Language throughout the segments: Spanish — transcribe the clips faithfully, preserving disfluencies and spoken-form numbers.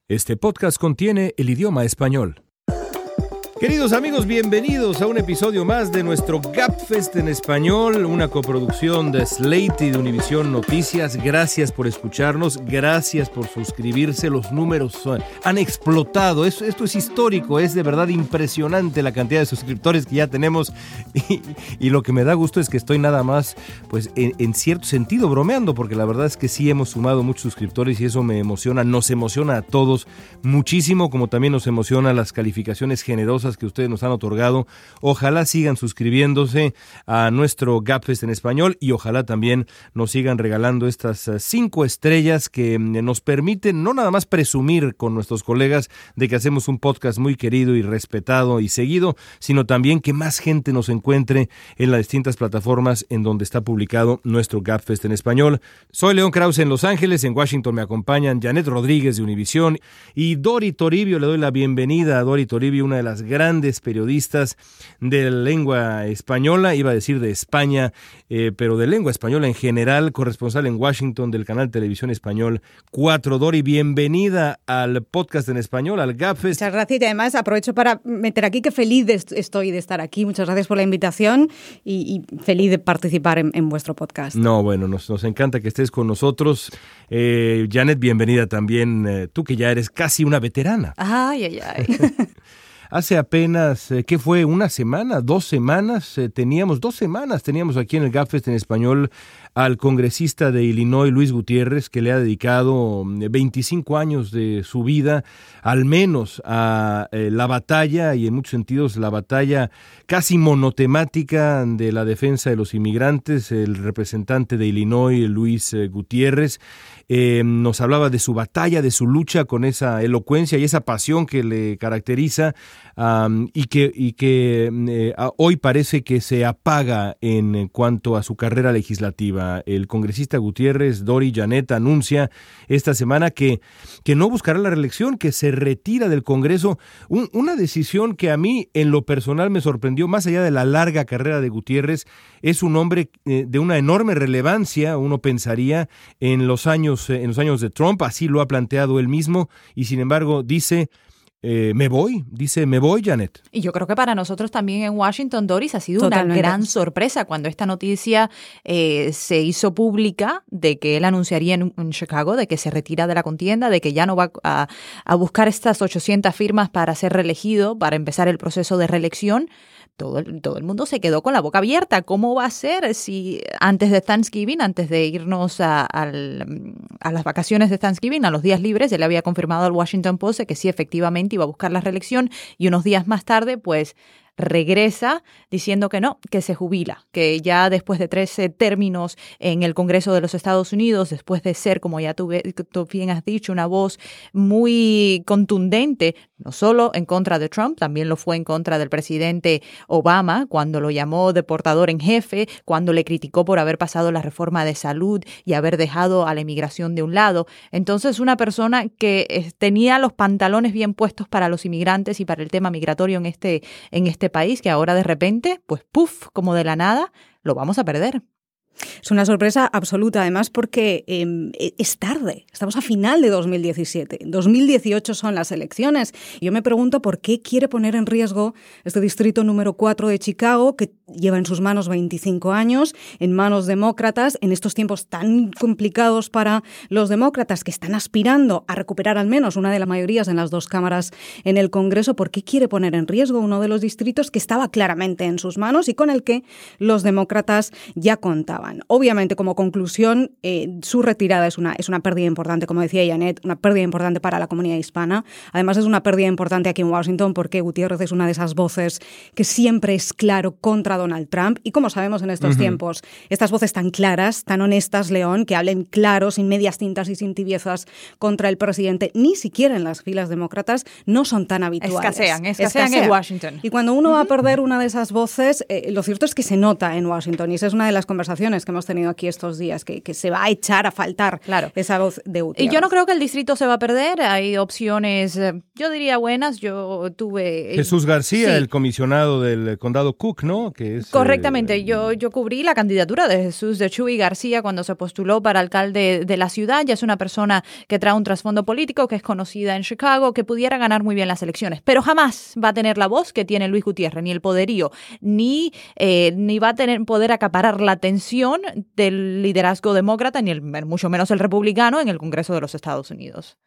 Este podcast contiene el idioma español. Queridos amigos, bienvenidos a un episodio más de nuestro Gabfest en español, una coproducción de Slate y de Univisión Noticias. Gracias por escucharnos, gracias por suscribirse. Los números han explotado. Esto, esto es histórico, es de verdad impresionante la cantidad de suscriptores que ya tenemos. Y, y lo que me da gusto es que estoy nada más, pues en, en cierto sentido bromeando, porque la verdad es que sí hemos sumado muchos suscriptores y eso me emociona, nos emociona a todos muchísimo, como también nos emociona las calificaciones generosas que ustedes nos han otorgado. Ojalá sigan suscribiéndose a nuestro Gabfest en español y ojalá también nos sigan regalando estas cinco estrellas que nos permiten no nada más presumir con nuestros colegas de que hacemos un podcast muy querido y respetado y seguido, sino también que más gente nos encuentre en las distintas plataformas en donde está publicado nuestro Gabfest en español. Soy León Krause en Los Ángeles, en Washington me acompañan Janet Rodríguez de Univisión y Dori Toribio. Le doy la bienvenida a Dori Toribio, una de las grandes periodistas de lengua española, iba a decir de España, eh, pero de lengua española en general, corresponsal en Washington del canal Televisión Español cuatro. Dori, bienvenida al podcast en español, al Gabfest. Muchas gracias y además aprovecho para meter aquí que feliz de, estoy de estar aquí. Muchas gracias por la invitación y, y feliz de participar en, en vuestro podcast. No, bueno, nos, nos encanta que estés con nosotros. Eh, Janet, bienvenida también, eh, tú que ya eres casi una veterana. Ay, ay, ay. Hace apenas, eh, ¿qué fue? ¿Una semana? ¿Dos semanas? Eh, teníamos, dos semanas teníamos aquí en el Gabfest en español al congresista de Illinois, Luis Gutiérrez, que le ha dedicado veinticinco años de su vida, al menos a eh, la batalla, y en muchos sentidos la batalla casi monotemática de la defensa de los inmigrantes. El representante de Illinois, Luis eh, Gutiérrez, eh, nos hablaba de su batalla, de su lucha con esa elocuencia y esa pasión que le caracteriza, um, y que, y que eh, hoy parece que se apaga en cuanto a su carrera legislativa. El congresista Gutiérrez, Dori, Janet, anuncia esta semana que, que no buscará la reelección, que se retira del Congreso. Un, una decisión que a mí en lo personal me sorprendió, más allá de la larga carrera de Gutiérrez. Es un hombre eh, de una enorme relevancia, uno pensaría, en los años, eh, en los años de Trump, así lo ha planteado él mismo, y sin embargo dice... Eh, me voy, dice, me voy, Janet. Y yo creo que para nosotros también en Washington, Doris, ha sido Totalmente. Una gran sorpresa cuando esta noticia eh, se hizo pública de que él anunciaría en, en Chicago de que se retira de la contienda, de que ya no va a, a buscar estas ochocientas firmas para ser reelegido, para empezar el proceso de reelección. Todo el, todo el mundo se quedó con la boca abierta. ¿Cómo va a ser si antes de Thanksgiving, antes de irnos a, a, a las vacaciones de Thanksgiving, a los días libres, él había confirmado al Washington Post que sí, efectivamente iba a buscar la reelección y unos días más tarde, pues regresa diciendo que no, que se jubila, que ya después de trece términos en el Congreso de los Estados Unidos, después de ser, como ya tú, tú bien has dicho, una voz muy contundente, no solo en contra de Trump, también lo fue en contra del presidente Obama, cuando lo llamó deportador en jefe, cuando le criticó por haber pasado la reforma de salud y haber dejado a la inmigración de un lado. Entonces, una persona que eh, tenía los pantalones bien puestos para los inmigrantes y para el tema migratorio en este, en este país, que ahora de repente, pues puf, como de la nada, lo vamos a perder. Es una sorpresa absoluta, además, porque eh, es tarde. Estamos a final de dos mil diecisiete. dos mil dieciocho son las elecciones. Yo me pregunto por qué quiere poner en riesgo este distrito número cuatro de Chicago, que lleva en sus manos veinticinco años, en manos demócratas, en estos tiempos tan complicados para los demócratas que están aspirando a recuperar al menos una de las mayorías en las dos cámaras en el Congreso. ¿Por qué quiere poner en riesgo uno de los distritos que estaba claramente en sus manos y con el que los demócratas ya contaban? Obviamente, como conclusión, eh, su retirada es una, es una pérdida importante, como decía Janet, una pérdida importante para la comunidad hispana. Además, es una pérdida importante aquí en Washington porque Gutiérrez es una de esas voces que siempre es claro contra Donald Trump. Y como sabemos en estos uh-huh. tiempos, estas voces tan claras, tan honestas, León, que hablen claro, sin medias tintas y sin tibiezas contra el presidente, ni siquiera en las filas demócratas, no son tan habituales. Escasean, escasean, escasean en Washington. Y cuando uno uh-huh. va a perder una de esas voces, eh, lo cierto es que se nota en Washington. Y esa es una de las conversaciones que hemos tenido aquí estos días, que, que se va a echar a faltar claro. esa voz de Gutiérrez. Y yo no creo que el distrito se va a perder. Hay opciones, yo diría, buenas. Yo tuve... Jesús García, sí. el comisionado del condado Cook, ¿no? Que que es... Correctamente. Eh, yo, yo cubrí la candidatura de Jesús de Chuy García cuando se postuló para alcalde de la ciudad. Ya es una persona que trae un trasfondo político, que es conocida en Chicago, que pudiera ganar muy bien las elecciones. Pero jamás va a tener la voz que tiene Luis Gutiérrez, ni el poderío, ni, eh, ni va a tener poder acaparar la atención del liderazgo demócrata, ni el, mucho menos el republicano en el Congreso de los Estados Unidos.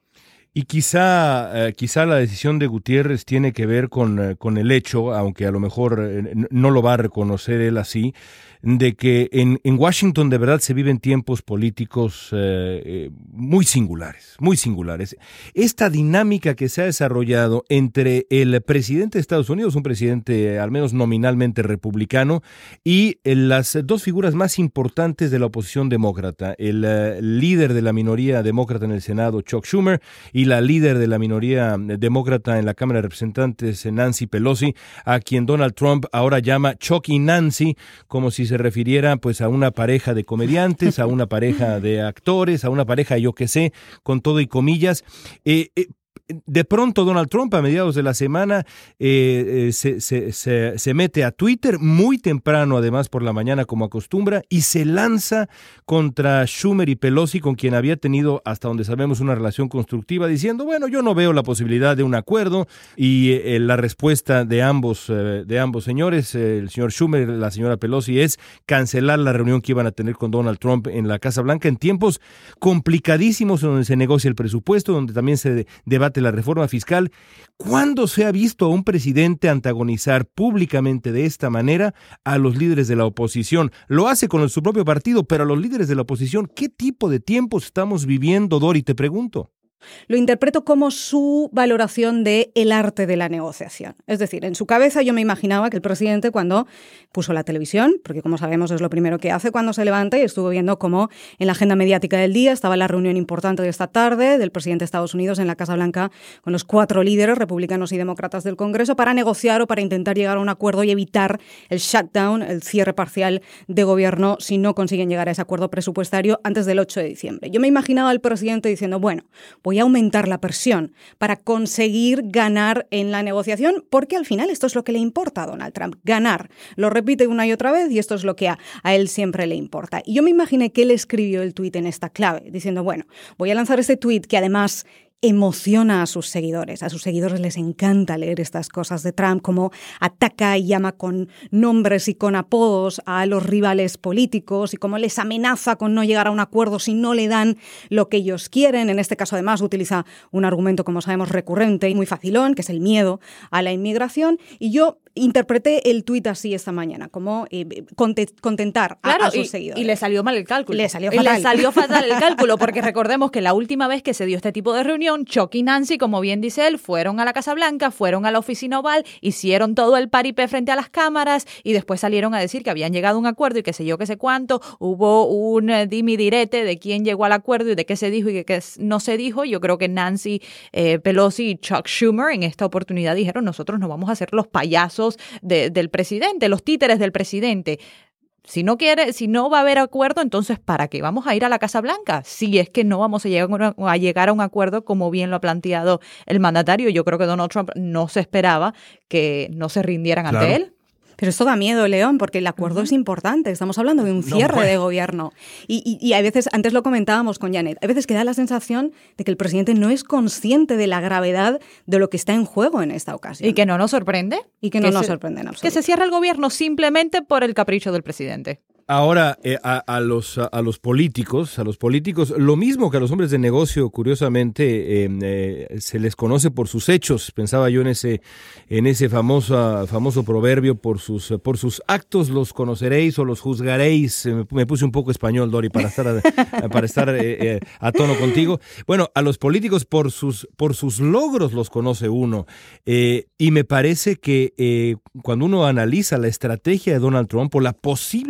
Y quizá, eh, quizá la decisión de Gutiérrez tiene que ver con, eh, con el hecho, aunque a lo mejor eh, no lo va a reconocer él así, de que en, en Washington de verdad se viven tiempos políticos eh, eh, muy singulares, muy singulares. Esta dinámica que se ha desarrollado entre el presidente de Estados Unidos, un presidente eh, al menos nominalmente republicano, y eh, las dos figuras más importantes de la oposición demócrata, el eh, líder de la minoría demócrata en el Senado, Chuck Schumer, y la líder de la minoría demócrata en la Cámara de Representantes, Nancy Pelosi, a quien Donald Trump ahora llama Chuck y Nancy, como si se refiriera pues a una pareja de comediantes, a una pareja de actores, a una pareja yo qué sé, con todo y comillas. Eh, eh, De pronto Donald Trump a mediados de la semana eh, eh, se, se, se, se mete a Twitter muy temprano, además por la mañana como acostumbra, y se lanza contra Schumer y Pelosi, con quien había tenido hasta donde sabemos una relación constructiva, diciendo, bueno, yo no veo la posibilidad de un acuerdo, y eh, la respuesta de ambos, eh, de ambos señores, eh, el señor Schumer y la señora Pelosi, es cancelar la reunión que iban a tener con Donald Trump en la Casa Blanca en tiempos complicadísimos donde se negocia el presupuesto, donde también se debate la reforma fiscal. ¿Cuándo se ha visto a un presidente antagonizar públicamente de esta manera a los líderes de la oposición? Lo hace con su propio partido, pero a los líderes de la oposición, ¿qué tipo de tiempos estamos viviendo, Dori? Te pregunto. Lo interpreto como su valoración de el arte de la negociación. Es decir, en su cabeza yo me imaginaba que el presidente, cuando puso la televisión, porque como sabemos es lo primero que hace cuando se levanta, y estuvo viendo cómo en la agenda mediática del día estaba la reunión importante de esta tarde del presidente de Estados Unidos en la Casa Blanca con los cuatro líderes republicanos y demócratas del Congreso para negociar o para intentar llegar a un acuerdo y evitar el shutdown, el cierre parcial de gobierno si no consiguen llegar a ese acuerdo presupuestario antes del ocho de diciembre. Yo me imaginaba al presidente diciendo, bueno, voy a aumentar la presión para conseguir ganar en la negociación, porque al final esto es lo que le importa a Donald Trump, ganar. Lo repite una y otra vez y esto es lo que a, a él siempre le importa. Y yo me imaginé que él escribió el tuit en esta clave, diciendo, bueno, voy a lanzar este tuit que además emociona a sus seguidores. A sus seguidores les encanta leer estas cosas de Trump, como ataca y llama con nombres y con apodos a los rivales políticos y cómo les amenaza con no llegar a un acuerdo si no le dan lo que ellos quieren. En este caso, además, utiliza un argumento, como sabemos, recurrente y muy facilón, que es el miedo a la inmigración. Y yo interpreté el tuit así esta mañana, como eh, contentar a, claro, a sus y, seguidores. Y le salió mal el cálculo. Le salió y fatal. le salió fatal el cálculo, porque recordemos que la última vez que se dio este tipo de reunión, Chuck y Nancy, como bien dice él, fueron a la Casa Blanca, fueron a la oficina oval, hicieron todo el paripé frente a las cámaras y después salieron a decir que habían llegado a un acuerdo y que sé yo qué sé cuánto. Hubo un eh, dimi direte de quién llegó al acuerdo y de qué se dijo y de qué no se dijo. Yo creo que Nancy eh, Pelosi y Chuck Schumer en esta oportunidad dijeron, nosotros no vamos a ser los payasos de, del presidente, los títeres del presidente. Si no quiere, si no va a haber acuerdo, entonces ¿para qué vamos a ir a la Casa Blanca? Si es que no vamos a llegar a, llegar a un acuerdo, como bien lo ha planteado el mandatario. Yo creo que Donald Trump no se esperaba que no se rindieran Claro. ante él. Pero esto da miedo, León, porque el acuerdo uh-huh. es importante. Estamos hablando de un cierre no, pues. de gobierno. Y, y, y a veces, antes lo comentábamos con Janet, a veces que da la sensación de que el presidente no es consciente de la gravedad de lo que está en juego en esta ocasión. Y que no nos sorprende. Y que no que nos se, sorprende en absoluto. Que se cierre el gobierno simplemente por el capricho del presidente. Ahora, eh, a, a, los, a, a los políticos, a los políticos, lo mismo que a los hombres de negocio, curiosamente, eh, eh, se les conoce por sus hechos. Pensaba yo en ese, en ese famoso, famoso proverbio, por sus, por sus actos los conoceréis o los juzgaréis. Me, me puse un poco español, Dori, para estar, a, para estar eh, eh, a tono contigo. Bueno, a los políticos por sus, por sus logros los conoce uno. Eh, y me parece que eh, cuando uno analiza la estrategia de Donald Trump o la posible estrategia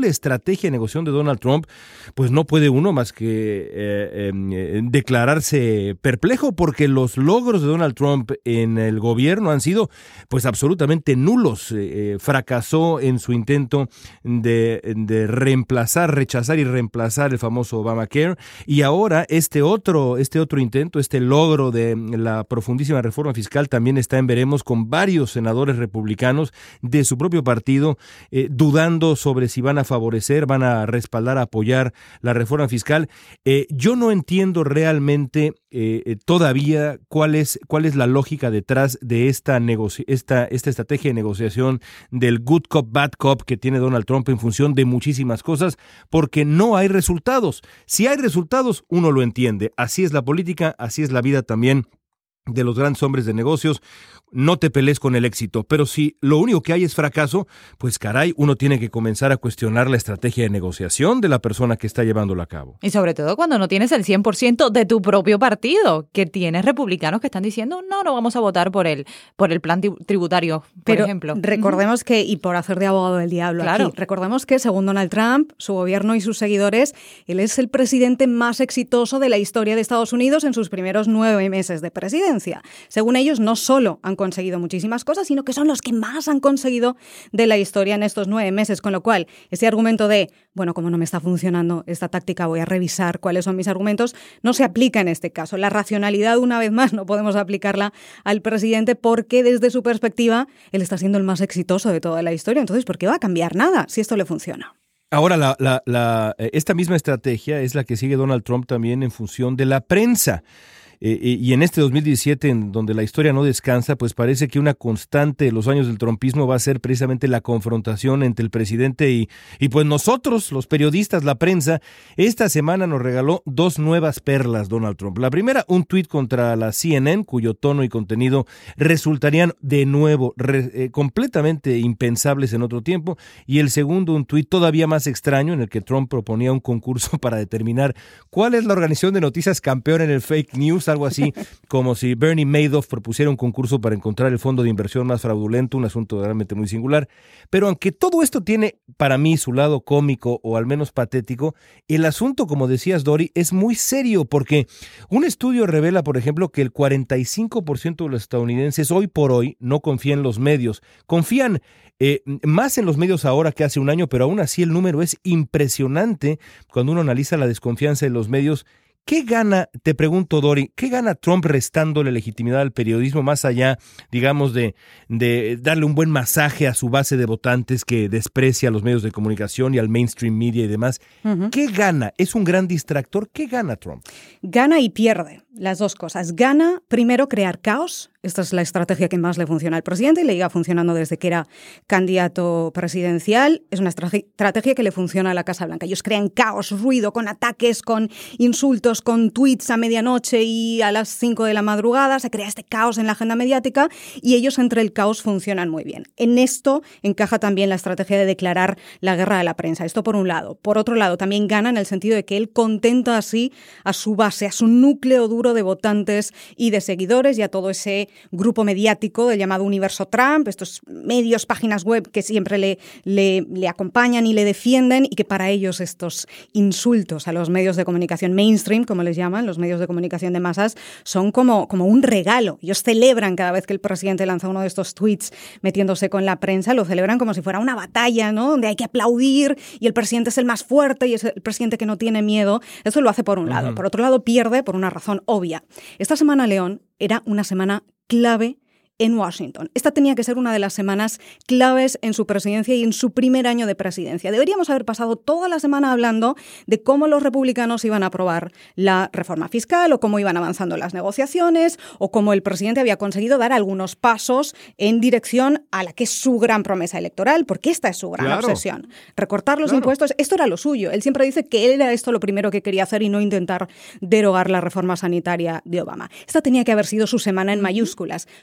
estrategia de negociación de Donald Trump, pues no puede uno más que eh, eh, declararse perplejo, porque los logros de Donald Trump en el gobierno han sido pues absolutamente nulos. Eh, fracasó en su intento de, de reemplazar, rechazar y reemplazar el famoso Obamacare, y ahora este otro, este otro intento, este logro de la profundísima reforma fiscal también está en veremos, con varios senadores republicanos de su propio partido eh, dudando sobre si van a favorecer, van a respaldar, a apoyar la reforma fiscal. Eh, yo no entiendo realmente eh, todavía cuál es, cuál es la lógica detrás de esta, negoci- esta, esta estrategia de negociación del good cop, bad cop que tiene Donald Trump en función de muchísimas cosas, porque no hay resultados. Si hay resultados, uno lo entiende. Así es la política, así es la vida también de los grandes hombres de negocios. No te pelees con el éxito, pero si lo único que hay es fracaso, pues caray, uno tiene que comenzar a cuestionar la estrategia de negociación de la persona que está llevándolo a cabo. Y sobre todo cuando no tienes el cien por ciento de tu propio partido, que tienes republicanos que están diciendo, no, no vamos a votar por el, por el plan tributario, por pero ejemplo. Recordemos que, y por hacer de abogado del diablo claro. aquí, recordemos que según Donald Trump, su gobierno y sus seguidores, él es el presidente más exitoso de la historia de Estados Unidos en sus primeros nueve meses de presidencia. Según ellos, no solo han conseguido muchísimas cosas, sino que son los que más han conseguido de la historia en estos nueve meses, con lo cual ese argumento de, bueno, como no me está funcionando esta táctica, voy a revisar cuáles son mis argumentos, no se aplica en este caso. La racionalidad, una vez más, no podemos aplicarla al presidente porque desde su perspectiva él está siendo el más exitoso de toda la historia. Entonces, ¿por qué va a cambiar nada si esto le funciona? Ahora, la, la, la, esta misma estrategia es la que sigue Donald Trump también en función de la prensa. Eh, y en este dos mil diecisiete, en donde la historia no descansa, pues parece que una constante de los años del trumpismo va a ser precisamente la confrontación entre el presidente y, y pues nosotros, los periodistas, la prensa. Esta semana nos regaló dos nuevas perlas Donald Trump. La primera, un tuit contra la C N N, cuyo tono y contenido resultarían de nuevo re, eh, completamente impensables en otro tiempo. Y el segundo, un tuit todavía más extraño, en el que Trump proponía un concurso para determinar cuál es la organización de noticias campeón en el fake news, algo así como si Bernie Madoff propusiera un concurso para encontrar el fondo de inversión más fraudulento, un asunto realmente muy singular. Pero aunque todo esto tiene para mí su lado cómico o al menos patético, el asunto, como decías, Dori, es muy serio, porque un estudio revela, por ejemplo, que el cuarenta y cinco por ciento de los estadounidenses hoy por hoy no confían en los medios. Confían eh, más en los medios ahora que hace un año, pero aún así el número es impresionante cuando uno analiza la desconfianza en los medios. ¿Qué gana, te pregunto, Dori, qué gana Trump restándole legitimidad al periodismo más allá, digamos, de, de darle un buen masaje a su base de votantes que desprecia a los medios de comunicación y al mainstream media y demás? Uh-huh. ¿Qué gana? ¿Es un gran distractor? ¿Qué gana Trump? Gana y pierde, las dos cosas. Gana, primero, crear caos. Esta es la estrategia que más le funciona al presidente y le iba funcionando desde que era candidato presidencial. Es una estrategia que le funciona a la Casa Blanca. Ellos crean caos, ruido, con ataques, con insultos, con tweets a medianoche y a las cinco de la madrugada. Se crea este caos en la agenda mediática y ellos entre el caos funcionan muy bien. En esto encaja también la estrategia de declarar la guerra a la prensa. Esto por un lado. Por otro lado, también gana en el sentido de que él contenta así a su base, a su núcleo duro de votantes y de seguidores y a todo ese grupo mediático del llamado universo Trump, estos medios, páginas web que siempre le, le, le acompañan y le defienden y que para ellos estos insultos a los medios de comunicación mainstream, como les llaman, los medios de comunicación de masas, son como, como un regalo. Ellos celebran cada vez que el presidente lanza uno de estos tweets metiéndose con la prensa, lo celebran como si fuera una batalla, ¿no? Donde hay que aplaudir y el presidente es el más fuerte y es el presidente que no tiene miedo. Eso lo hace por un lado. Uh-huh. Por otro lado, pierde por una razón obvia. Esta semana, León, era una semana clave en Washington. Esta tenía que ser una de las semanas claves en su presidencia y en su primer año de presidencia. Deberíamos haber pasado toda la semana hablando de cómo los republicanos iban a aprobar la reforma fiscal o cómo iban avanzando las negociaciones o cómo el presidente había conseguido dar algunos pasos en dirección a la que es su gran promesa electoral, porque esta es su gran claro. obsesión. Recortar los claro. impuestos, esto era lo suyo. Él siempre dice que él era esto lo primero que quería hacer y no intentar derogar la reforma sanitaria de Obama. Esta tenía que haber sido su semana en mayúsculas. Solo tenía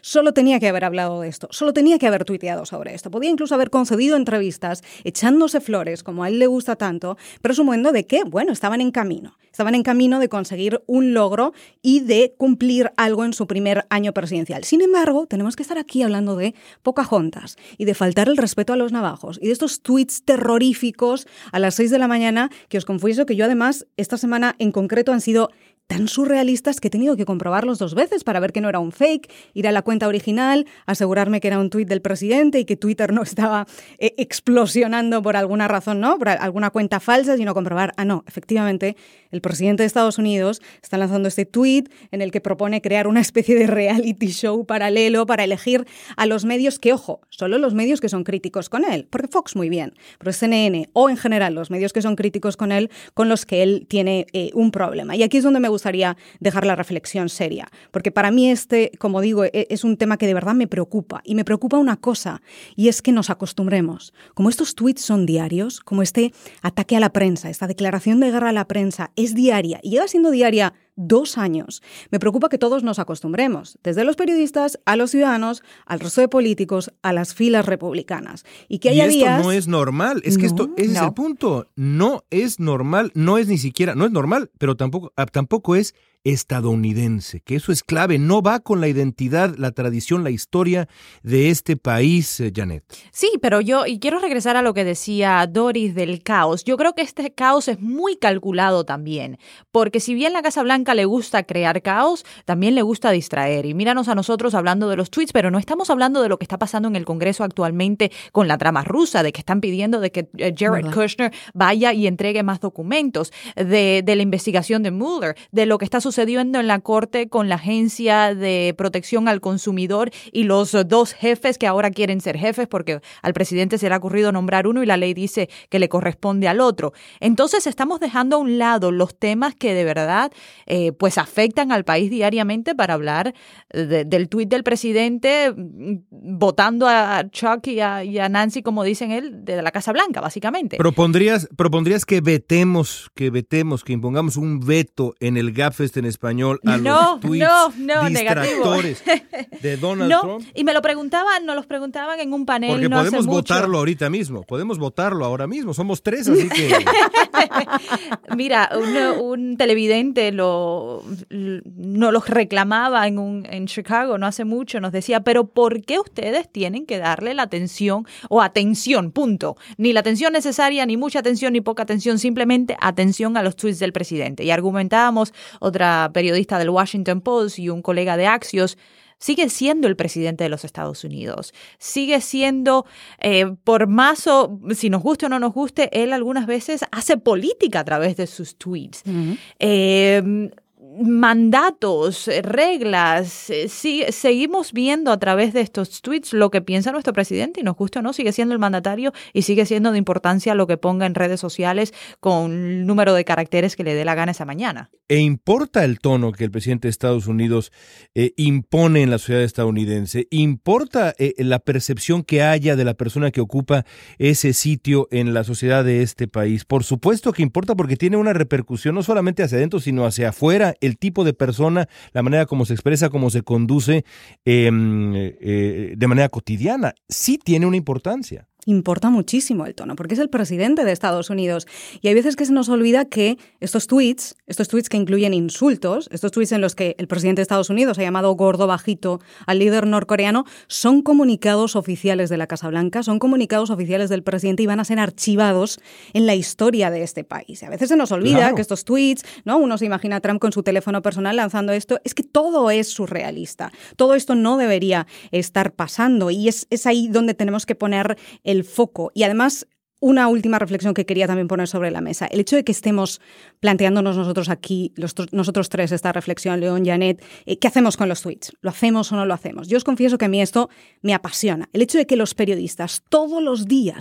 tenía que haber hablado de esto, solo tenía que haber tuiteado sobre esto. Podía incluso haber concedido entrevistas echándose flores, como a él le gusta tanto, presumiendo de que, bueno, estaban en camino. Estaban en camino de conseguir un logro y de cumplir algo en su primer año presidencial. Sin embargo, tenemos que estar aquí hablando de Pocahontas y de faltar el respeto a los navajos y de estos tweets terroríficos a las seis de la mañana que os confieso que yo además esta semana en concreto han sido tan surrealistas que he tenido que comprobarlos dos veces para ver que no era un fake, ir a la cuenta original, asegurarme que era un tuit del presidente y que Twitter no estaba eh, explosionando por alguna razón, ¿no? Por alguna cuenta falsa, sino comprobar, ah, no, efectivamente, el presidente de Estados Unidos está lanzando este tuit en el que propone crear una especie de reality show paralelo para elegir a los medios que, ojo, solo los medios que son críticos con él, porque Fox muy bien, pero C N N o en general los medios que son críticos con él, con los que él tiene eh, un problema. Y aquí es donde me gustaría dejar la reflexión seria, porque para mí este, como digo, es un tema que de verdad me preocupa, y me preocupa una cosa, y es que nos acostumbremos. Como estos tweets son diarios, como este ataque a la prensa, esta declaración de guerra a la prensa es diaria, y lleva siendo diaria dos años, me preocupa que todos nos acostumbremos, desde los periodistas, a los ciudadanos, al resto de políticos, a las filas republicanas. Y que haya y esto días... no es normal, es que no, esto ese no. es el punto, no es normal, no es ni siquiera, no es normal, pero tampoco, tampoco es estadounidense, que eso es clave, no va con la identidad, la tradición, la historia de este país, eh, Janet. Sí, pero yo y quiero regresar a lo que decía Doris del caos. Yo creo que este caos es muy calculado también, porque si bien la Casa Blanca le gusta crear caos, también le gusta distraer. Y míranos a nosotros hablando de los tweets, pero no estamos hablando de lo que está pasando en el Congreso actualmente con la trama rusa, de que están pidiendo de que Jared ¿verdad? Kushner vaya y entregue más documentos, de, de la investigación de Mueller, de lo que está sucediendo en la Corte con la Agencia de Protección al Consumidor y los dos jefes que ahora quieren ser jefes porque al presidente se le ha ocurrido nombrar uno y la ley dice que le corresponde al otro. Entonces estamos dejando a un lado los temas que de verdad eh, pues afectan al país diariamente para hablar de, del tuit del presidente votando a Chuck y a, y a Nancy, como dicen él, de la Casa Blanca, básicamente. ¿Propondrías, propondrías que vetemos, que vetemos, que impongamos un veto en el Gabfest en español a no, los tweets no, no, distractores negativo. de Donald no, Trump? Y me lo preguntaban, nos los preguntaban en un panel. Porque no podemos hace votarlo mucho. ahorita mismo, podemos votarlo ahora mismo, somos tres, así que... Mira, un, un televidente lo, nos los reclamaba en, un, en Chicago no hace mucho, nos decía, pero ¿por qué ustedes tienen que darle la atención o atención, punto? Ni la atención necesaria, ni mucha atención, ni poca atención, simplemente atención a los tweets del presidente. Y argumentábamos, otra periodista del Washington Post y un colega de Axios, sigue siendo el presidente de los Estados Unidos. Sigue siendo, eh, por más o si nos guste o no nos guste, él algunas veces hace política a través de sus tweets. Uh-huh. Eh, mandatos, reglas, sí, seguimos viendo a través de estos tweets lo que piensa nuestro presidente y nos gusta o no, sigue siendo el mandatario y sigue siendo de importancia lo que ponga en redes sociales con el número de caracteres que le dé la gana esa mañana. ¿E importa el tono que el presidente de Estados Unidos eh, impone en la sociedad estadounidense? ¿Importa eh, la percepción que haya de la persona que ocupa ese sitio en la sociedad de este país? Por supuesto que importa porque tiene una repercusión no solamente hacia adentro, sino hacia afuera. El tipo de persona, la manera como se expresa, cómo se conduce eh, eh, de manera cotidiana, sí tiene una importancia. Importa muchísimo el tono, porque es el presidente de Estados Unidos. Y hay veces que se nos olvida que estos tweets, estos tweets que incluyen insultos, estos tweets en los que el presidente de Estados Unidos ha llamado gordo bajito al líder norcoreano, son comunicados oficiales de la Casa Blanca, son comunicados oficiales del presidente y van a ser archivados en la historia de este país. Y a veces se nos olvida claro. que estos tweets, ¿no? Uno se imagina a Trump con su teléfono personal lanzando esto, es que todo es surrealista. Todo esto no debería estar pasando y es, es ahí donde tenemos que poner el foco. Y además, una última reflexión que quería también poner sobre la mesa. El hecho de que estemos planteándonos nosotros aquí, los, nosotros tres, esta reflexión, León, Janet, eh, ¿qué hacemos con los tweets? ¿Lo hacemos o no lo hacemos? Yo os confieso que a mí esto me apasiona. El hecho de que los periodistas todos los días,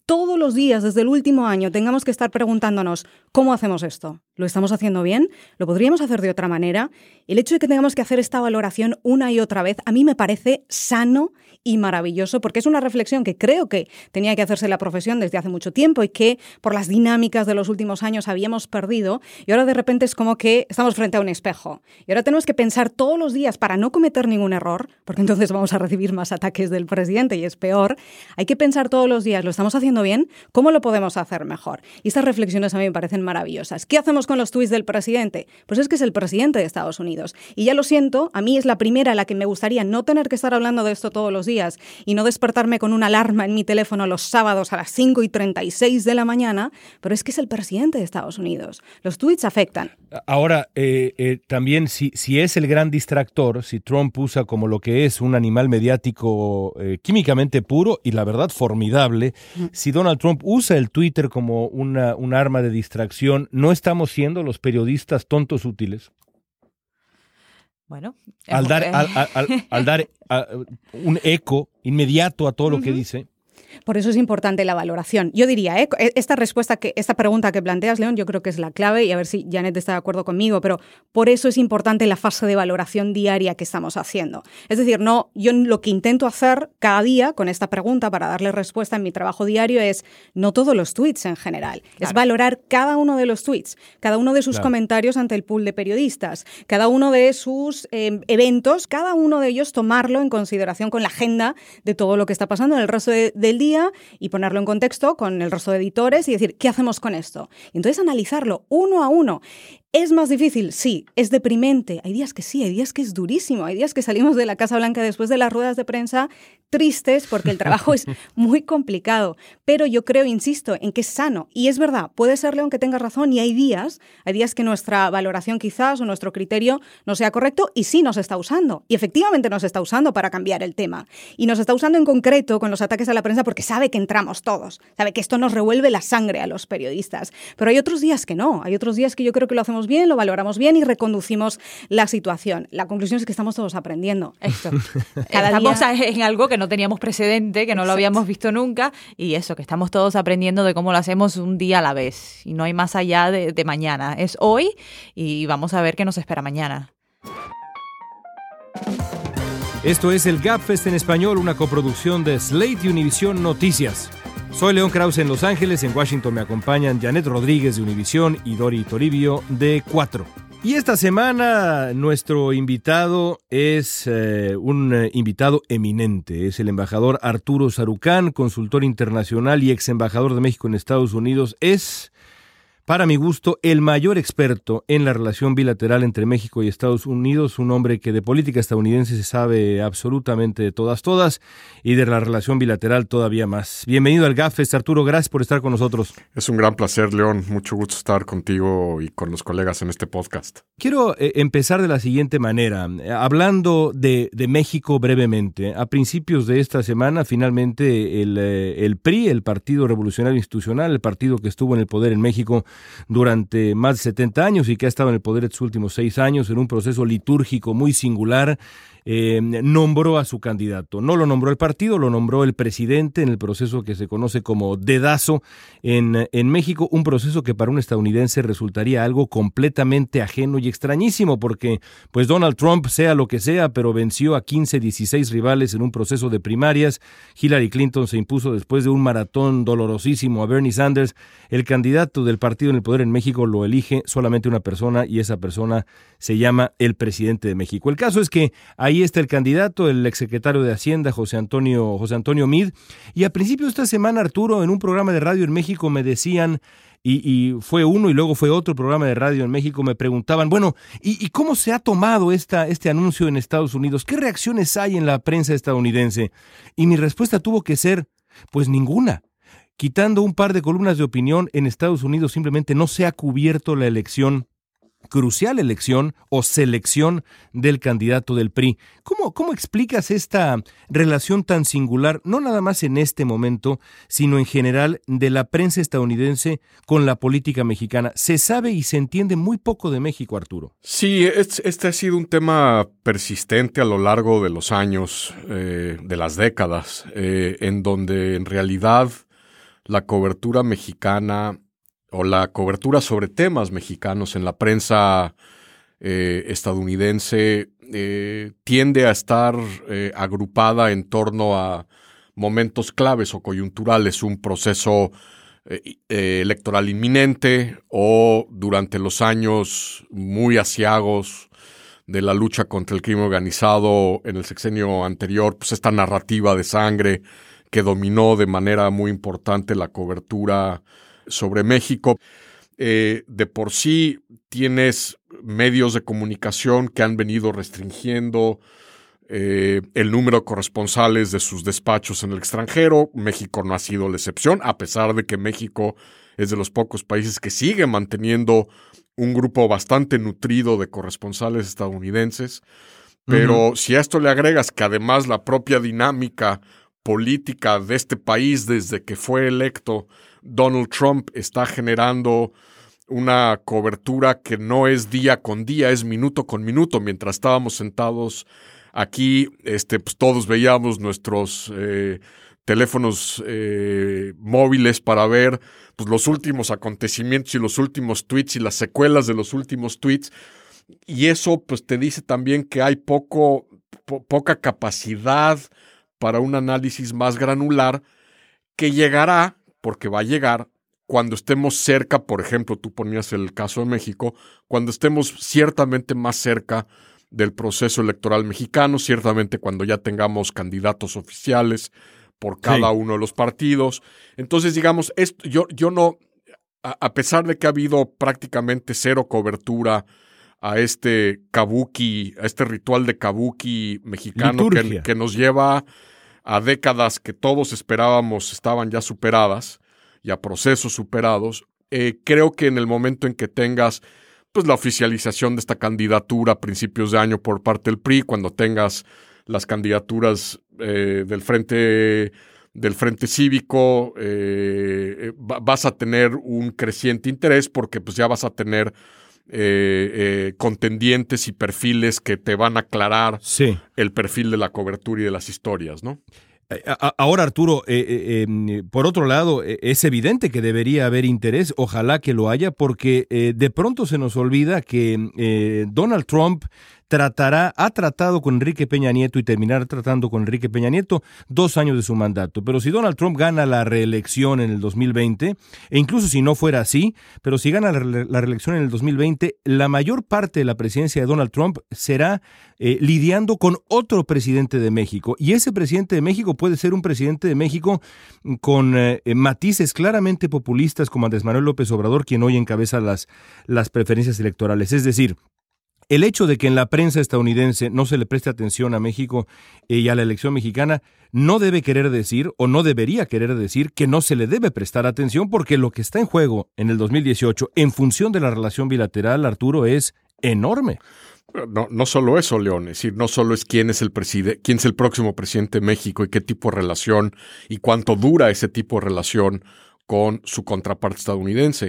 todos los días desde el último año tengamos que estar preguntándonos ¿cómo hacemos esto? ¿Lo estamos haciendo bien? ¿Lo podríamos hacer de otra manera? El hecho de que tengamos que hacer esta valoración una y otra vez a mí me parece sano y maravilloso, porque es una reflexión que creo que tenía que hacerse la profesión desde hace mucho tiempo y que por las dinámicas de los últimos años habíamos perdido, y ahora de repente es como que estamos frente a un espejo. Y ahora tenemos que pensar todos los días para no cometer ningún error, porque entonces vamos a recibir más ataques del presidente y es peor. Hay que pensar todos los días, ¿lo estamos haciendo bien? ¿Cómo lo podemos hacer mejor? Y estas reflexiones a mí me parecen maravillosas. ¿Qué hacemos con los tuits del presidente? Pues es que es el presidente de Estados Unidos. Y ya lo siento, a mí es la primera a la que me gustaría no tener que estar hablando de esto todos los días y no despertarme con una alarma en mi teléfono los sábados a las cinco y treinta y seis de la mañana, pero es que es el presidente de Estados Unidos. Los tweets afectan. Ahora, eh, eh, también si, si es el gran distractor, si Trump usa como lo que es un animal mediático eh, químicamente puro y la verdad formidable, mm. si Donald Trump usa el Twitter como una, un arma de distracción, ¿no estamos siendo los periodistas tontos útiles? Bueno, al dar, al, al, al, al dar a, un eco inmediato a todo lo uh-huh. que dice. Por eso es importante la valoración. Yo diría, ¿eh? esta respuesta, que, esta pregunta que planteas, León, yo creo que es la clave y a ver si Janet está de acuerdo conmigo, pero por eso es importante la fase de valoración diaria que estamos haciendo. Es decir, no, yo lo que intento hacer cada día con esta pregunta para darle respuesta en mi trabajo diario es no todos los tweets en general, claro. es valorar cada uno de los tweets, cada uno de sus claro. comentarios ante el pool de periodistas, cada uno de sus eh, eventos, cada uno de ellos tomarlo en consideración con la agenda de todo lo que está pasando en el resto de, del día y ponerlo en contexto con el resto de editores y decir, ¿qué hacemos con esto? Y entonces analizarlo uno a uno. ¿Es más difícil? Sí. ¿Es deprimente? Hay días que sí, hay días que es durísimo. Hay días que salimos de la Casa Blanca después de las ruedas de prensa tristes porque el trabajo es muy complicado. Pero yo creo, insisto, en que es sano. Y es verdad, puede ser, León, que tengas razón y hay días, hay días que nuestra valoración quizás o nuestro criterio no sea correcto y sí nos está usando. Y efectivamente nos está usando para cambiar el tema. Y nos está usando en concreto con los ataques a la prensa porque sabe que entramos todos. Sabe que esto nos revuelve la sangre a los periodistas. Pero hay otros días que no. Hay otros días que yo creo que lo hacemos bien, lo valoramos bien y reconducimos la situación. La conclusión es que estamos todos aprendiendo. Esto. Cada estamos día... en algo que no teníamos precedente, que no Exacto. lo habíamos visto nunca, y eso, que estamos todos aprendiendo de cómo lo hacemos un día a la vez. Y no hay más allá de, de mañana. Es hoy y vamos a ver qué nos espera mañana. Esto es el Gabfest en español, una coproducción de Slate y Univisión Noticias. Soy León Krause en Los Ángeles, en Washington me acompañan Janet Rodríguez de Univisión y Dori Toribio de Cuatro. Y esta semana nuestro invitado es eh, un eh, invitado eminente, es el embajador Arturo Sarucán, consultor internacional y ex embajador de México en Estados Unidos. Es, para mi gusto, el mayor experto en la relación bilateral entre México y Estados Unidos, un hombre que de política estadounidense se sabe absolutamente de todas, todas, y de la relación bilateral todavía más. Bienvenido al Gabfest, Arturo, gracias por estar con nosotros. Es un gran placer, León, mucho gusto estar contigo y con los colegas en este podcast. Quiero eh, empezar de la siguiente manera, eh, hablando de, de México brevemente. A principios de esta semana, finalmente, el, eh, el P R I, el Partido Revolucionario Institucional, el partido que estuvo en el poder en México durante más de setenta años y que ha estado en el poder estos últimos seis años en un proceso litúrgico muy singular, eh, nombró a su candidato. No lo nombró el partido, lo nombró el presidente en el proceso que se conoce como dedazo en, en México, un proceso que para un estadounidense resultaría algo completamente ajeno y extrañísimo porque pues Donald Trump, sea lo que sea, pero venció a quince, dieciséis rivales en un proceso de primarias. Hillary Clinton se impuso después de un maratón dolorosísimo a Bernie Sanders. El candidato del partido en el poder en México lo elige solamente una persona y esa persona se llama el presidente de México. El caso es que ahí está el candidato, el exsecretario de Hacienda, José Antonio, José Antonio Meade, y a principios de esta semana, Arturo, en un programa de radio en México me decían, y, y fue uno y luego fue otro programa de radio en México, me preguntaban, bueno, ¿y, y cómo se ha tomado esta, este anuncio en Estados Unidos? ¿Qué reacciones hay en la prensa estadounidense? Y mi respuesta tuvo que ser, pues ninguna. Quitando un par de columnas de opinión, en Estados Unidos simplemente no se ha cubierto la elección, crucial elección o selección del candidato del P R I. ¿Cómo, cómo explicas esta relación tan singular, no nada más en este momento, sino en general, de la prensa estadounidense con la política mexicana? Se sabe y se entiende muy poco de México, Arturo. Sí, este ha sido un tema persistente a lo largo de los años, eh, de las décadas, eh, en donde en realidad la cobertura mexicana o la cobertura sobre temas mexicanos en la prensa eh, estadounidense eh, tiende a estar eh, agrupada en torno a momentos claves o coyunturales, un proceso eh, eh, electoral inminente o durante los años muy aciagos de la lucha contra el crimen organizado en el sexenio anterior, pues esta narrativa de sangre que dominó de manera muy importante la cobertura sobre México. Eh, de por sí tienes medios de comunicación que han venido restringiendo eh, el número de corresponsales de sus despachos en el extranjero. México no ha sido la excepción, a pesar de que México es de los pocos países que sigue manteniendo un grupo bastante nutrido de corresponsales estadounidenses. Pero uh-huh. si a esto le agregas que además la propia dinámica política de este país desde que fue electo Donald Trump está generando una cobertura que no es día con día, es minuto con minuto. Mientras estábamos sentados aquí, este, pues todos veíamos nuestros eh, teléfonos eh, móviles para ver pues, los últimos acontecimientos y los últimos tweets y las secuelas de los últimos tweets. Y eso pues te dice también que hay poco, po- poca capacidad para un análisis más granular que llegará, porque va a llegar, cuando estemos cerca, por ejemplo, tú ponías el caso de México, cuando estemos ciertamente más cerca del proceso electoral mexicano, ciertamente cuando ya tengamos candidatos oficiales por cada sí. uno de los partidos. Entonces, digamos, esto, yo, yo no, a, a pesar de que ha habido prácticamente cero cobertura a este kabuki, a este ritual de kabuki mexicano que, que nos lleva a décadas que todos esperábamos estaban ya superadas y a procesos superados, eh, creo que en el momento en que tengas pues la oficialización de esta candidatura a principios de año por parte del P R I, cuando tengas las candidaturas eh, del Frente del Frente Cívico, eh, vas a tener un creciente interés porque pues ya vas a tener Eh, eh, contendientes y perfiles que te van a aclarar sí. el perfil de la cobertura y de las historias, ¿no? Ahora, Arturo, eh, eh, eh, por otro lado, eh, es evidente que debería haber interés, ojalá que lo haya, porque eh, de pronto se nos olvida que eh, Donald Trump tratará, ha tratado con Enrique Peña Nieto y terminará tratando con Enrique Peña Nieto dos años de su mandato. Pero si Donald Trump gana la reelección en el dos mil veinte, e incluso si no fuera así, pero si gana la, re- la reelección en el dos mil veinte, la mayor parte de la presidencia de Donald Trump será eh, lidiando con otro presidente de México. Y ese presidente de México puede ser un presidente de México con eh, matices claramente populistas como Andrés Manuel López Obrador, quien hoy encabeza las, las preferencias electorales. Es decir, el hecho de que en la prensa estadounidense no se le preste atención a México y a la elección mexicana no debe querer decir o no debería querer decir que no se le debe prestar atención, porque lo que está en juego en el dos mil dieciocho en función de la relación bilateral, Arturo, es enorme. No, no solo eso, León, es decir, no solo es quién es el preside- quién es el próximo presidente de México y qué tipo de relación y cuánto dura ese tipo de relación con su contraparte estadounidense.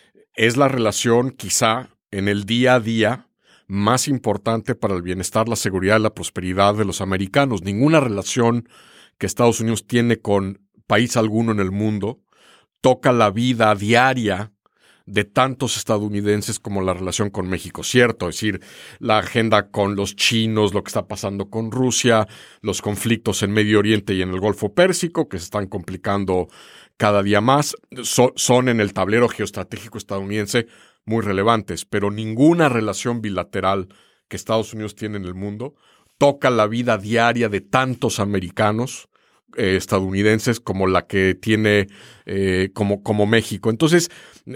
Es la relación quizá en el día a día más importante para el bienestar, la seguridad y la prosperidad de los americanos. Ninguna relación que Estados Unidos tiene con país alguno en el mundo toca la vida diaria de tantos estadounidenses como la relación con México, ¿cierto? Es decir, la agenda con los chinos, lo que está pasando con Rusia, los conflictos en Medio Oriente y en el Golfo Pérsico, que se están complicando cada día más, so, son en el tablero geoestratégico estadounidense muy relevantes, pero ninguna relación bilateral que Estados Unidos tiene en el mundo toca la vida diaria de tantos americanos eh, estadounidenses como la que tiene eh, como, como México. Entonces,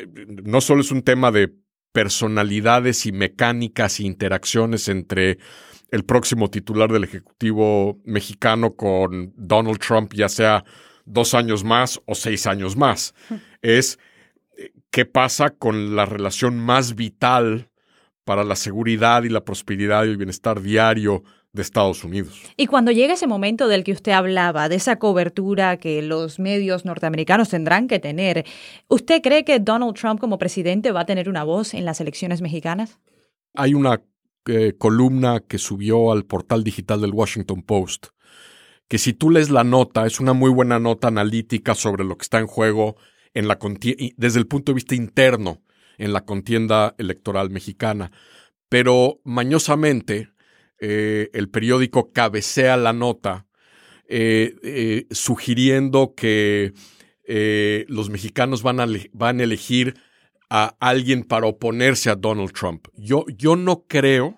no solo es un tema de personalidades y mecánicas e interacciones entre el próximo titular del Ejecutivo mexicano con Donald Trump, ya sea dos años más o seis años más. Es qué pasa con la relación más vital para la seguridad y la prosperidad y el bienestar diario de Estados Unidos. Y cuando llega ese momento del que usted hablaba, de esa cobertura que los medios norteamericanos tendrán que tener, ¿usted cree que Donald Trump como presidente va a tener una voz en las elecciones mexicanas? Hay una eh, columna que subió al portal digital del Washington Post que si tú lees la nota, es una muy buena nota analítica sobre lo que está en juego en la conti- desde el punto de vista interno en la contienda electoral mexicana. Pero mañosamente eh, el periódico cabecea la nota eh, eh, sugiriendo que eh, los mexicanos van a, van a elegir a alguien para oponerse a Donald Trump. Yo, yo no creo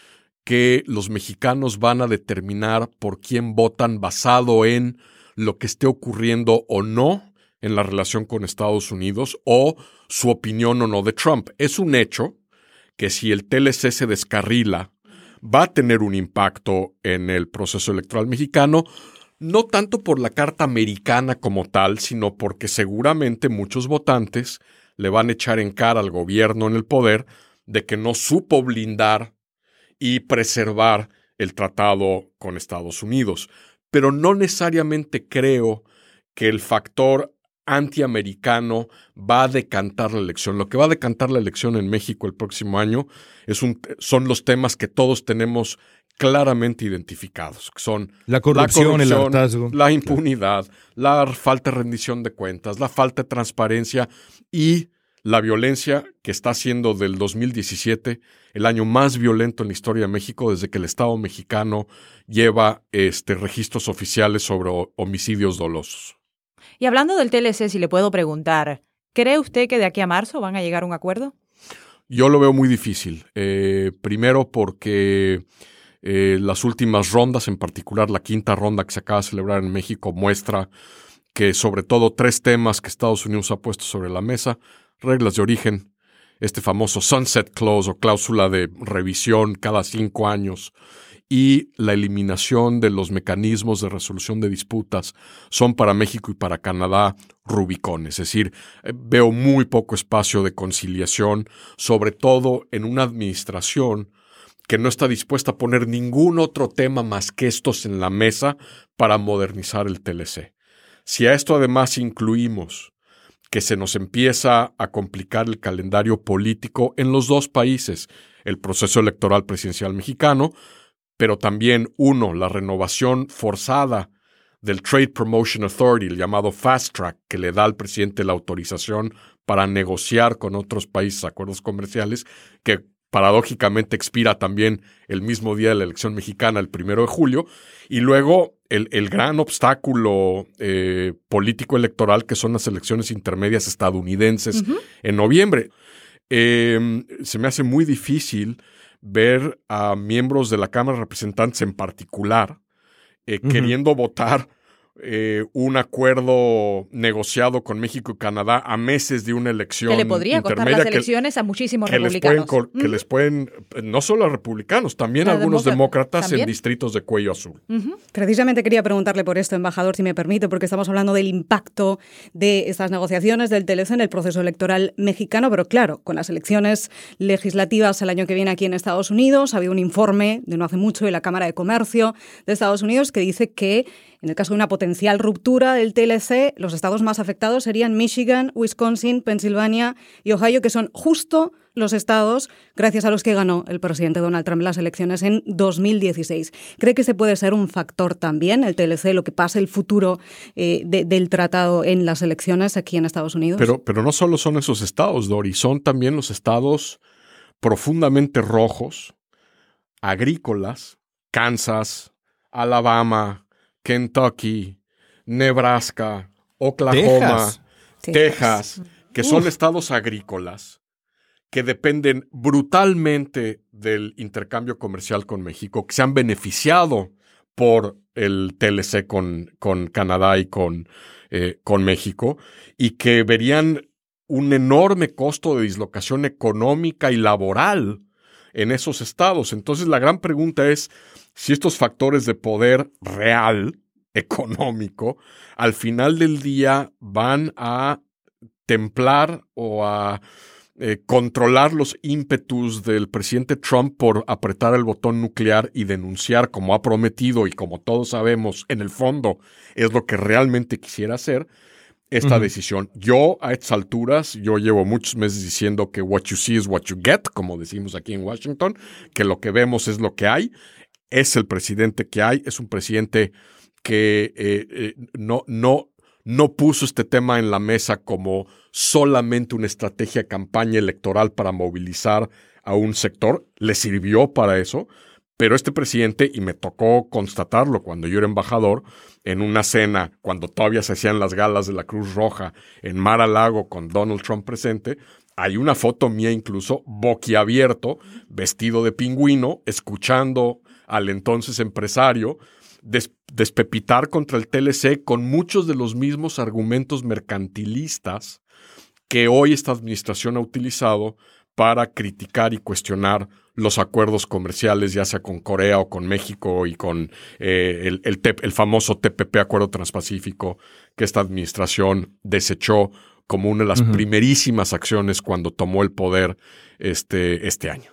que los mexicanos van a determinar por quién votan basado en lo que esté ocurriendo o no en la relación con Estados Unidos o su opinión o no de Trump. Es un hecho que si el T L C se descarrila, va a tener un impacto en el proceso electoral mexicano, no tanto por la carta americana como tal, sino porque seguramente muchos votantes le van a echar en cara al gobierno en el poder de que no supo blindar y preservar el tratado con Estados Unidos. Pero no necesariamente creo que el factor antiamericano va a decantar la elección. Lo que va a decantar la elección en México el próximo año es un, son los temas que todos tenemos claramente identificados, que son la corrupción, la, corrupción, el hartazgo, la impunidad, claro. la falta de rendición de cuentas, la falta de transparencia y la violencia que está siendo del dos mil diecisiete el año más violento en la historia de México desde que el Estado mexicano lleva este, registros oficiales sobre homicidios dolosos. Y hablando del T L C, si le puedo preguntar, ¿cree usted que de aquí a marzo van a llegar a un acuerdo? Yo lo veo muy difícil. Eh, primero porque eh, las últimas rondas, en particular la quinta ronda que se acaba de celebrar en México, muestra que sobre todo tres temas que Estados Unidos ha puesto sobre la mesa: reglas de origen, este famoso sunset clause o cláusula de revisión cada cinco años y la eliminación de los mecanismos de resolución de disputas, son para México y para Canadá rubicones. Es decir, veo muy poco espacio de conciliación, sobre todo en una administración que no está dispuesta a poner ningún otro tema más que estos en la mesa para modernizar el T L C. Si a esto además incluimos que se nos empieza a complicar el calendario político en los dos países, el proceso electoral presidencial mexicano, pero también, uno, la renovación forzada del Trade Promotion Authority, el llamado Fast Track, que le da al presidente la autorización para negociar con otros países acuerdos comerciales, que paradójicamente expira también el mismo día de la elección mexicana, el primero de julio, y luego el, el gran obstáculo eh, político electoral, que son las elecciones intermedias estadounidenses uh-huh. en noviembre. Eh, se me hace muy difícil ver a miembros de la Cámara de Representantes en particular eh, uh-huh. queriendo votar eh, un acuerdo negociado con México y Canadá a meses de una elección que le podría costar las elecciones que, a muchísimos que republicanos. Les pueden, uh-huh. Que les pueden, no solo a republicanos, también a algunos demócratas ¿también? En distritos de cuello azul. Uh-huh. Precisamente quería preguntarle por esto, embajador, si me permite, porque estamos hablando del impacto de estas negociaciones del T L C en el proceso electoral mexicano, pero claro, con las elecciones legislativas el año que viene aquí en Estados Unidos, ha habido un informe de no hace mucho de la Cámara de Comercio de Estados Unidos que dice que en el caso de una potencial ruptura del T L C, los estados más afectados serían Michigan, Wisconsin, Pensilvania y Ohio, que son justo los estados gracias a los que ganó el presidente Donald Trump las elecciones en dos mil dieciséis. ¿Cree que ese puede ser un factor también, el T L C, lo que pase el futuro eh, de, del tratado en las elecciones aquí en Estados Unidos? Pero, pero no solo son esos estados, Dori, son también los estados profundamente rojos, agrícolas, Kansas, Alabama, Kentucky, Nebraska, Oklahoma, Texas, Texas que Uf. Son estados agrícolas que dependen brutalmente del intercambio comercial con México, que se han beneficiado por el T L C con, con Canadá y con, eh, con México, y que verían un enorme costo de dislocación económica y laboral en esos estados. Entonces, la gran pregunta es si estos factores de poder real, económico, al final del día van a templar o a eh, controlar los ímpetus del presidente Trump por apretar el botón nuclear y denunciar, como ha prometido y como todos sabemos, en el fondo es lo que realmente quisiera hacer, esta uh-huh. decisión. Yo, a estas alturas, yo llevo muchos meses diciendo que what you see is what you get, como decimos aquí en Washington, que lo que vemos es lo que hay. Es el presidente que hay, es un presidente que eh, eh, no, no, no puso este tema en la mesa como solamente una estrategia de campaña electoral para movilizar a un sector. Le sirvió para eso, pero este presidente, y me tocó constatarlo cuando yo era embajador, en una cena, cuando todavía se hacían las galas de la Cruz Roja en Mar-a-Lago con Donald Trump presente, hay una foto mía incluso boquiabierto, vestido de pingüino, escuchando al entonces empresario des- despepitar contra el T L C con muchos de los mismos argumentos mercantilistas que hoy esta administración ha utilizado para criticar y cuestionar los acuerdos comerciales, ya sea con Corea o con México y con eh, el, el, T- el famoso T P P, Acuerdo Transpacífico, que esta administración desechó como una de las uh-huh. primerísimas acciones cuando tomó el poder este, este año.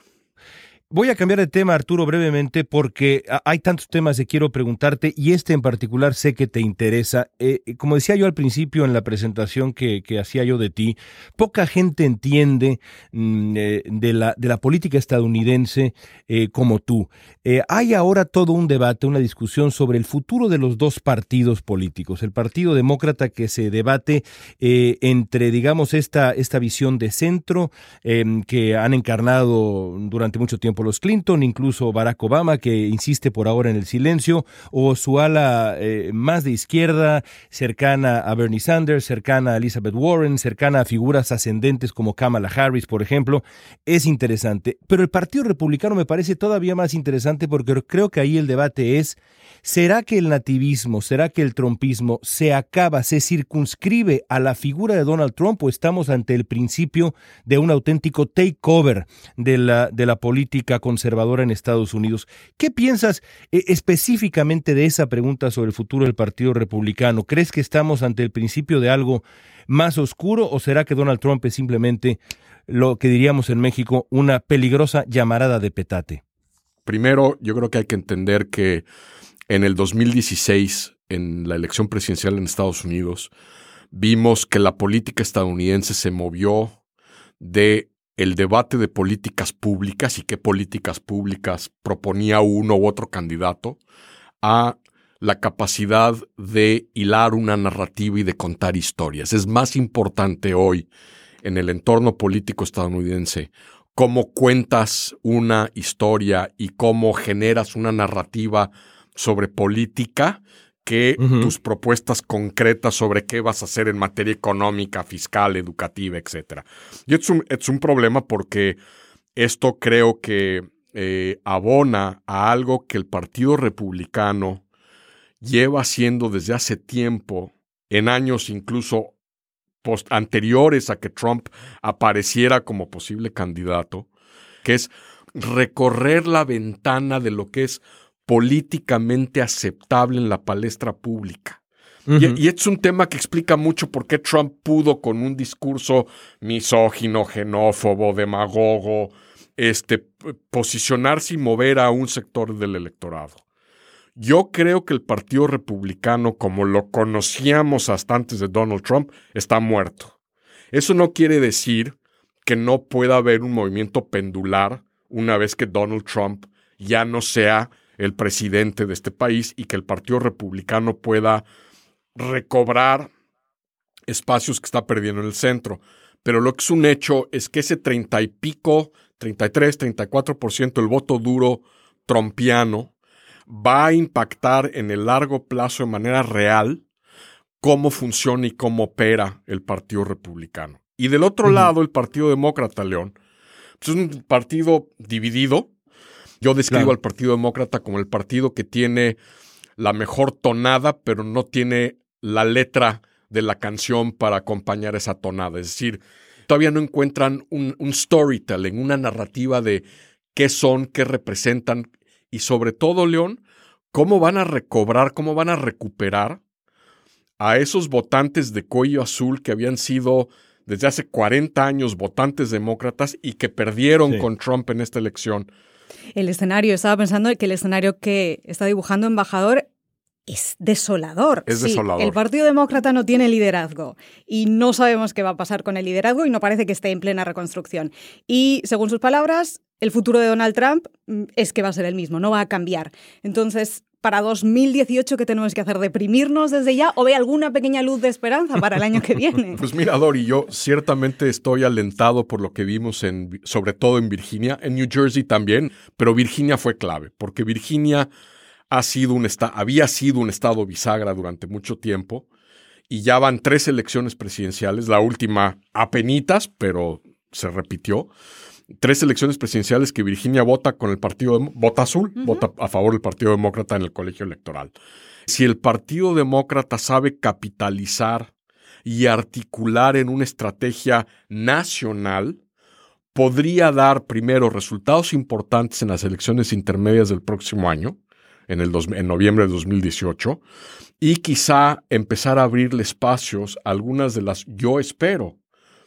Voy a cambiar de tema, Arturo, brevemente, porque hay tantos temas que quiero preguntarte y este en particular sé que te interesa. Eh, como decía yo al principio en la presentación que, que hacía yo de ti, poca gente entiende mm, eh, de, la, de la política estadounidense eh, como tú. Eh, hay ahora todo un debate, una discusión sobre el futuro de los dos partidos políticos. El Partido Demócrata que se debate eh, entre, digamos, esta, esta visión de centro eh, que han encarnado durante mucho tiempo los Clinton, incluso Barack Obama, que insiste por ahora en el silencio, o su ala eh, más de izquierda, cercana a Bernie Sanders, cercana a Elizabeth Warren, cercana a figuras ascendentes como Kamala Harris, por ejemplo. Es interesante. Pero el Partido Republicano me parece todavía más interesante porque creo que ahí el debate es, ¿será que el nativismo, será que el trumpismo se acaba, se circunscribe a la figura de Donald Trump o estamos ante el principio de un auténtico takeover de la, de la política conservadora en Estados Unidos? ¿Qué piensas eh, específicamente de esa pregunta sobre el futuro del Partido Republicano? ¿Crees que estamos ante el principio de algo más oscuro o será que Donald Trump es simplemente lo que diríamos en México una peligrosa llamarada de petate? Primero, yo creo que hay que entender que en el dos mil dieciséis, en la elección presidencial en Estados Unidos, vimos que la política estadounidense se movió de el debate de políticas públicas y qué políticas públicas proponía uno u otro candidato a la capacidad de hilar una narrativa y de contar historias. Es más importante hoy en el entorno político estadounidense cómo cuentas una historia y cómo generas una narrativa sobre política que uh-huh. tus propuestas concretas sobre qué vas a hacer en materia económica, fiscal, educativa, etcétera. Y es un, es un problema porque esto creo que eh, abona a algo que el Partido Republicano lleva haciendo desde hace tiempo, en años incluso post anteriores a que Trump apareciera como posible candidato, que es recorrer la ventana de lo que es políticamente aceptable en la palestra pública. Uh-huh. Y, y es un tema que explica mucho por qué Trump pudo con un discurso misógino, xenófobo, demagogo, este, posicionarse y mover a un sector del electorado. Yo creo que el Partido Republicano, como lo conocíamos hasta antes de Donald Trump, está muerto. Eso no quiere decir que no pueda haber un movimiento pendular una vez que Donald Trump ya no sea el presidente de este país y que el Partido Republicano pueda recobrar espacios que está perdiendo en el centro. Pero lo que es un hecho es que ese treinta y pico, treinta y tres, treinta y cuatro por ciento del voto duro trumpiano va a impactar en el largo plazo de manera real cómo funciona y cómo opera el Partido Republicano. Y del otro uh-huh. lado, el Partido Demócrata, León, pues es un partido dividido. Yo describo claro. al Partido Demócrata como el partido que tiene la mejor tonada, pero no tiene la letra de la canción para acompañar esa tonada. Es decir, todavía no encuentran un, un storytelling, una narrativa de qué son, qué representan y sobre todo, León, cómo van a recobrar, cómo van a recuperar a esos votantes de cuello azul que habían sido desde hace cuarenta años votantes demócratas y que perdieron sí. con Trump en esta elección. El escenario, estaba pensando que el escenario que está dibujando Embajador es desolador. Es sí, desolador. El Partido Demócrata no tiene liderazgo y no sabemos qué va a pasar con el liderazgo y no parece que esté en plena reconstrucción. Y, según sus palabras, el futuro de Donald Trump es que va a ser el mismo, no va a cambiar. Entonces, para dos mil dieciocho, ¿qué tenemos que hacer? ¿Deprimirnos desde ya o ve alguna pequeña luz de esperanza para el año que viene? Pues mira, Dori, yo ciertamente estoy alentado por lo que vimos, en, sobre todo en Virginia, en New Jersey también, pero Virginia fue clave, porque Virginia ha sido un esta- había sido un estado bisagra durante mucho tiempo y ya van tres elecciones presidenciales, la última apenitas, pero se repitió. Tres elecciones presidenciales que Virginia vota con el partido, de, vota azul, uh-huh. vota a favor del Partido Demócrata en el colegio electoral. Si el Partido Demócrata sabe capitalizar y articular en una estrategia nacional, podría dar primero resultados importantes en las elecciones intermedias del próximo año, en, el dos, en noviembre de dos mil dieciocho, y quizá empezar a abrirle espacios a algunas de las, yo espero,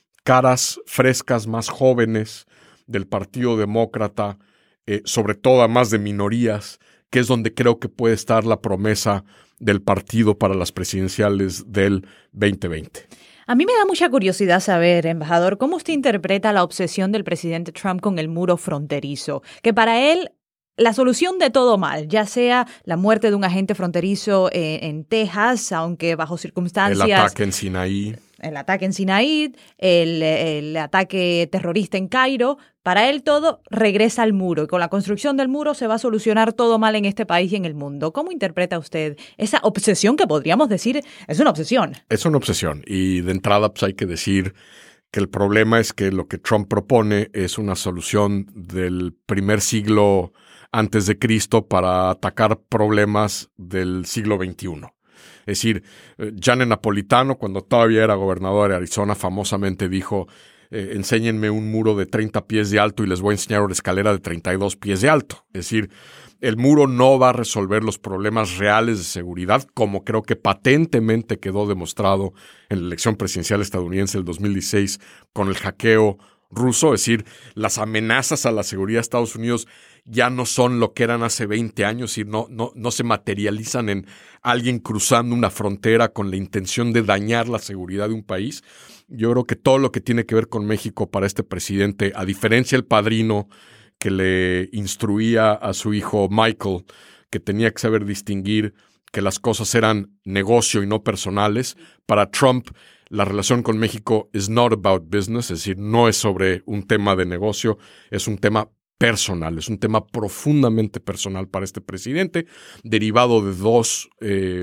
caras frescas más jóvenes del Partido Demócrata, eh, sobre todo a más de minorías, que es donde creo que puede estar la promesa del partido para las presidenciales del veinte veinte. A mí me da mucha curiosidad saber, embajador, ¿cómo usted interpreta la obsesión del presidente Trump con el muro fronterizo? Que para él la solución de todo mal, ya sea la muerte de un agente fronterizo en, en Texas, aunque bajo circunstancias... El ataque en Sinaí. El ataque en Sinaí, el, el ataque terrorista en Cairo, para él todo regresa al muro y con la construcción del muro se va a solucionar todo mal en este país y en el mundo. ¿Cómo interpreta usted esa obsesión que podríamos decir es una obsesión? Es una obsesión y de entrada pues hay que decir que el problema es que lo que Trump propone es una solución del primer siglo antes de Cristo para atacar problemas del siglo veintiuno. Es decir, Gianni Napolitano, cuando todavía era gobernador de Arizona, famosamente dijo, eh, enséñenme un muro de treinta pies de alto y les voy a enseñar una escalera de treinta y dos pies de alto. Es decir, el muro no va a resolver los problemas reales de seguridad, como creo que patentemente quedó demostrado en la elección presidencial estadounidense del dos mil dieciséis con el hackeo ruso. Es decir, las amenazas a la seguridad de Estados Unidos ya no son lo que eran hace veinte años y no, no, no se materializan en alguien cruzando una frontera con la intención de dañar la seguridad de un país. Yo creo que todo lo que tiene que ver con México para este presidente, a diferencia del padrino que le instruía a su hijo Michael, que tenía que saber distinguir que las cosas eran negocio y no personales, para Trump la relación con México is not about business, es decir, no es sobre un tema de negocio, es un tema personal, es un tema profundamente personal para este presidente, derivado de dos eh,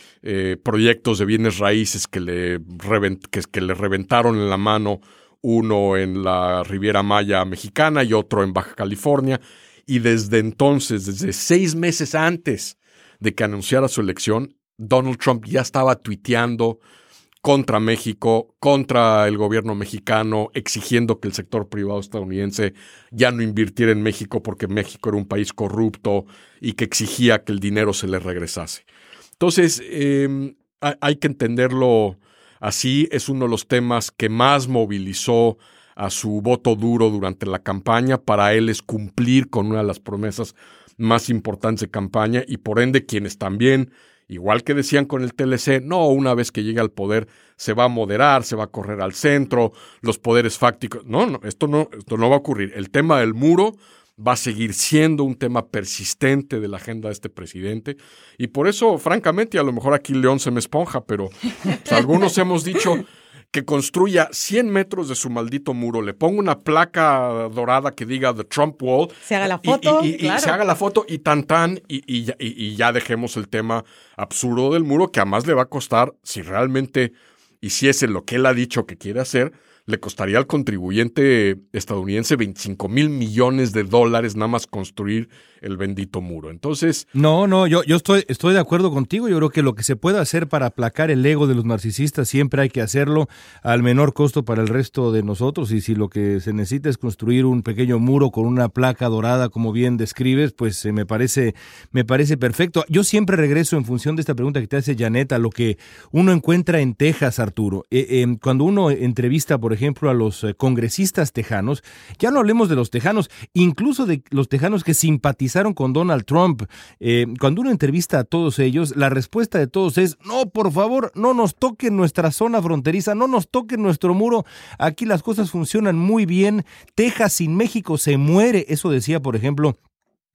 eh, proyectos de bienes raíces que le, revent, que, que le reventaron en la mano, uno en la Riviera Maya mexicana y otro en Baja California, y desde entonces, desde seis meses antes de que anunciara su elección, Donald Trump ya estaba tuiteando contra México, contra el gobierno mexicano, exigiendo que el sector privado estadounidense ya no invirtiera en México porque México era un país corrupto y que exigía que el dinero se le regresase. Entonces, eh, hay que entenderlo así. Es uno de los temas que más movilizó a su voto duro durante la campaña. Para él es cumplir con una de las promesas más importantes de campaña y por ende quienes también, igual que decían con el T L C, no, una vez que llegue al poder se va a moderar, se va a correr al centro, los poderes fácticos. No, no, esto no, esto no va a ocurrir. El tema del muro va a seguir siendo un tema persistente de la agenda de este presidente y por eso, francamente, a lo mejor aquí León se me esponja, pero pues, algunos hemos dicho que construya cien metros de su maldito muro, le ponga una placa dorada que diga The Trump Wall. Se haga la foto, y, y, y, claro. y se haga la foto y tan tan, y, y, y, y ya dejemos el tema absurdo del muro, que además le va a costar, si realmente hiciese lo que él ha dicho que quiere hacer, le costaría al contribuyente estadounidense veinticinco mil millones de dólares nada más construir el bendito muro. Entonces... No, no, yo, yo estoy, estoy de acuerdo contigo. Yo creo que lo que se pueda hacer para aplacar el ego de los narcisistas siempre hay que hacerlo al menor costo para el resto de nosotros. Y si lo que se necesita es construir un pequeño muro con una placa dorada, como bien describes, pues eh, me parece, me parece perfecto. Yo siempre regreso en función de esta pregunta que te hace Janet a lo que uno encuentra en Texas, Arturo. Eh, eh, cuando uno entrevista, por ejemplo, a los eh, congresistas tejanos, ya no hablemos de los tejanos, incluso de los tejanos que simpatizan con Donald Trump. Eh, cuando uno entrevista a todos ellos, la respuesta de todos es, no, por favor, no nos toquen nuestra zona fronteriza, no nos toquen nuestro muro, aquí las cosas funcionan muy bien, Texas sin México se muere. Eso decía, por ejemplo,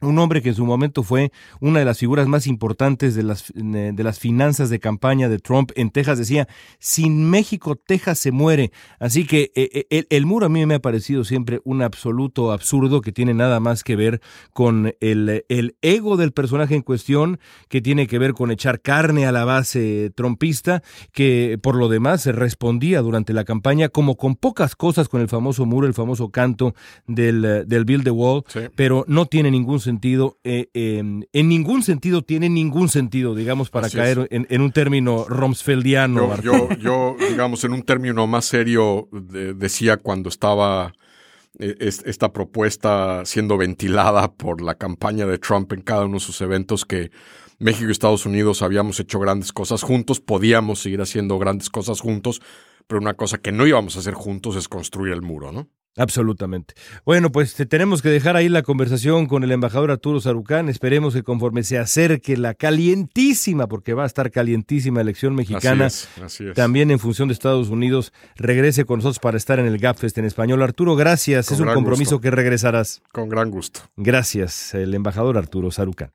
Un hombre que en su momento fue una de las figuras más importantes de las, de las finanzas de campaña de Trump en Texas, decía, sin México, Texas se muere. Así que eh, el, el muro a mí me ha parecido siempre un absoluto absurdo que tiene nada más que ver con el, el ego del personaje en cuestión, que tiene que ver con echar carne a la base trumpista, que por lo demás se respondía durante la campaña como con pocas cosas con el famoso muro, el famoso canto del, del Build the Wall, sí. Pero no tiene ningún sentido. sentido, eh, eh, en ningún sentido tiene ningún sentido, digamos, para Así caer en, en un término rumsfeldiano. Yo, yo, yo, digamos, en un término más serio, de, decía cuando estaba eh, es, esta propuesta siendo ventilada por la campaña de Trump en cada uno de sus eventos, que México y Estados Unidos habíamos hecho grandes cosas juntos, podíamos seguir haciendo grandes cosas juntos, pero una cosa que no íbamos a hacer juntos es construir el muro, ¿no? Absolutamente. Bueno, pues tenemos que dejar ahí la conversación con el embajador Arturo Sarucán. Esperemos que conforme se acerque la calientísima, porque va a estar calientísima elección mexicana, así es, así es. También en función de Estados Unidos, regrese con nosotros para estar en el Gabfest en español. Arturo, gracias. Con es un compromiso gusto. Que regresarás. Con gran gusto. Gracias, el embajador Arturo Sarucán.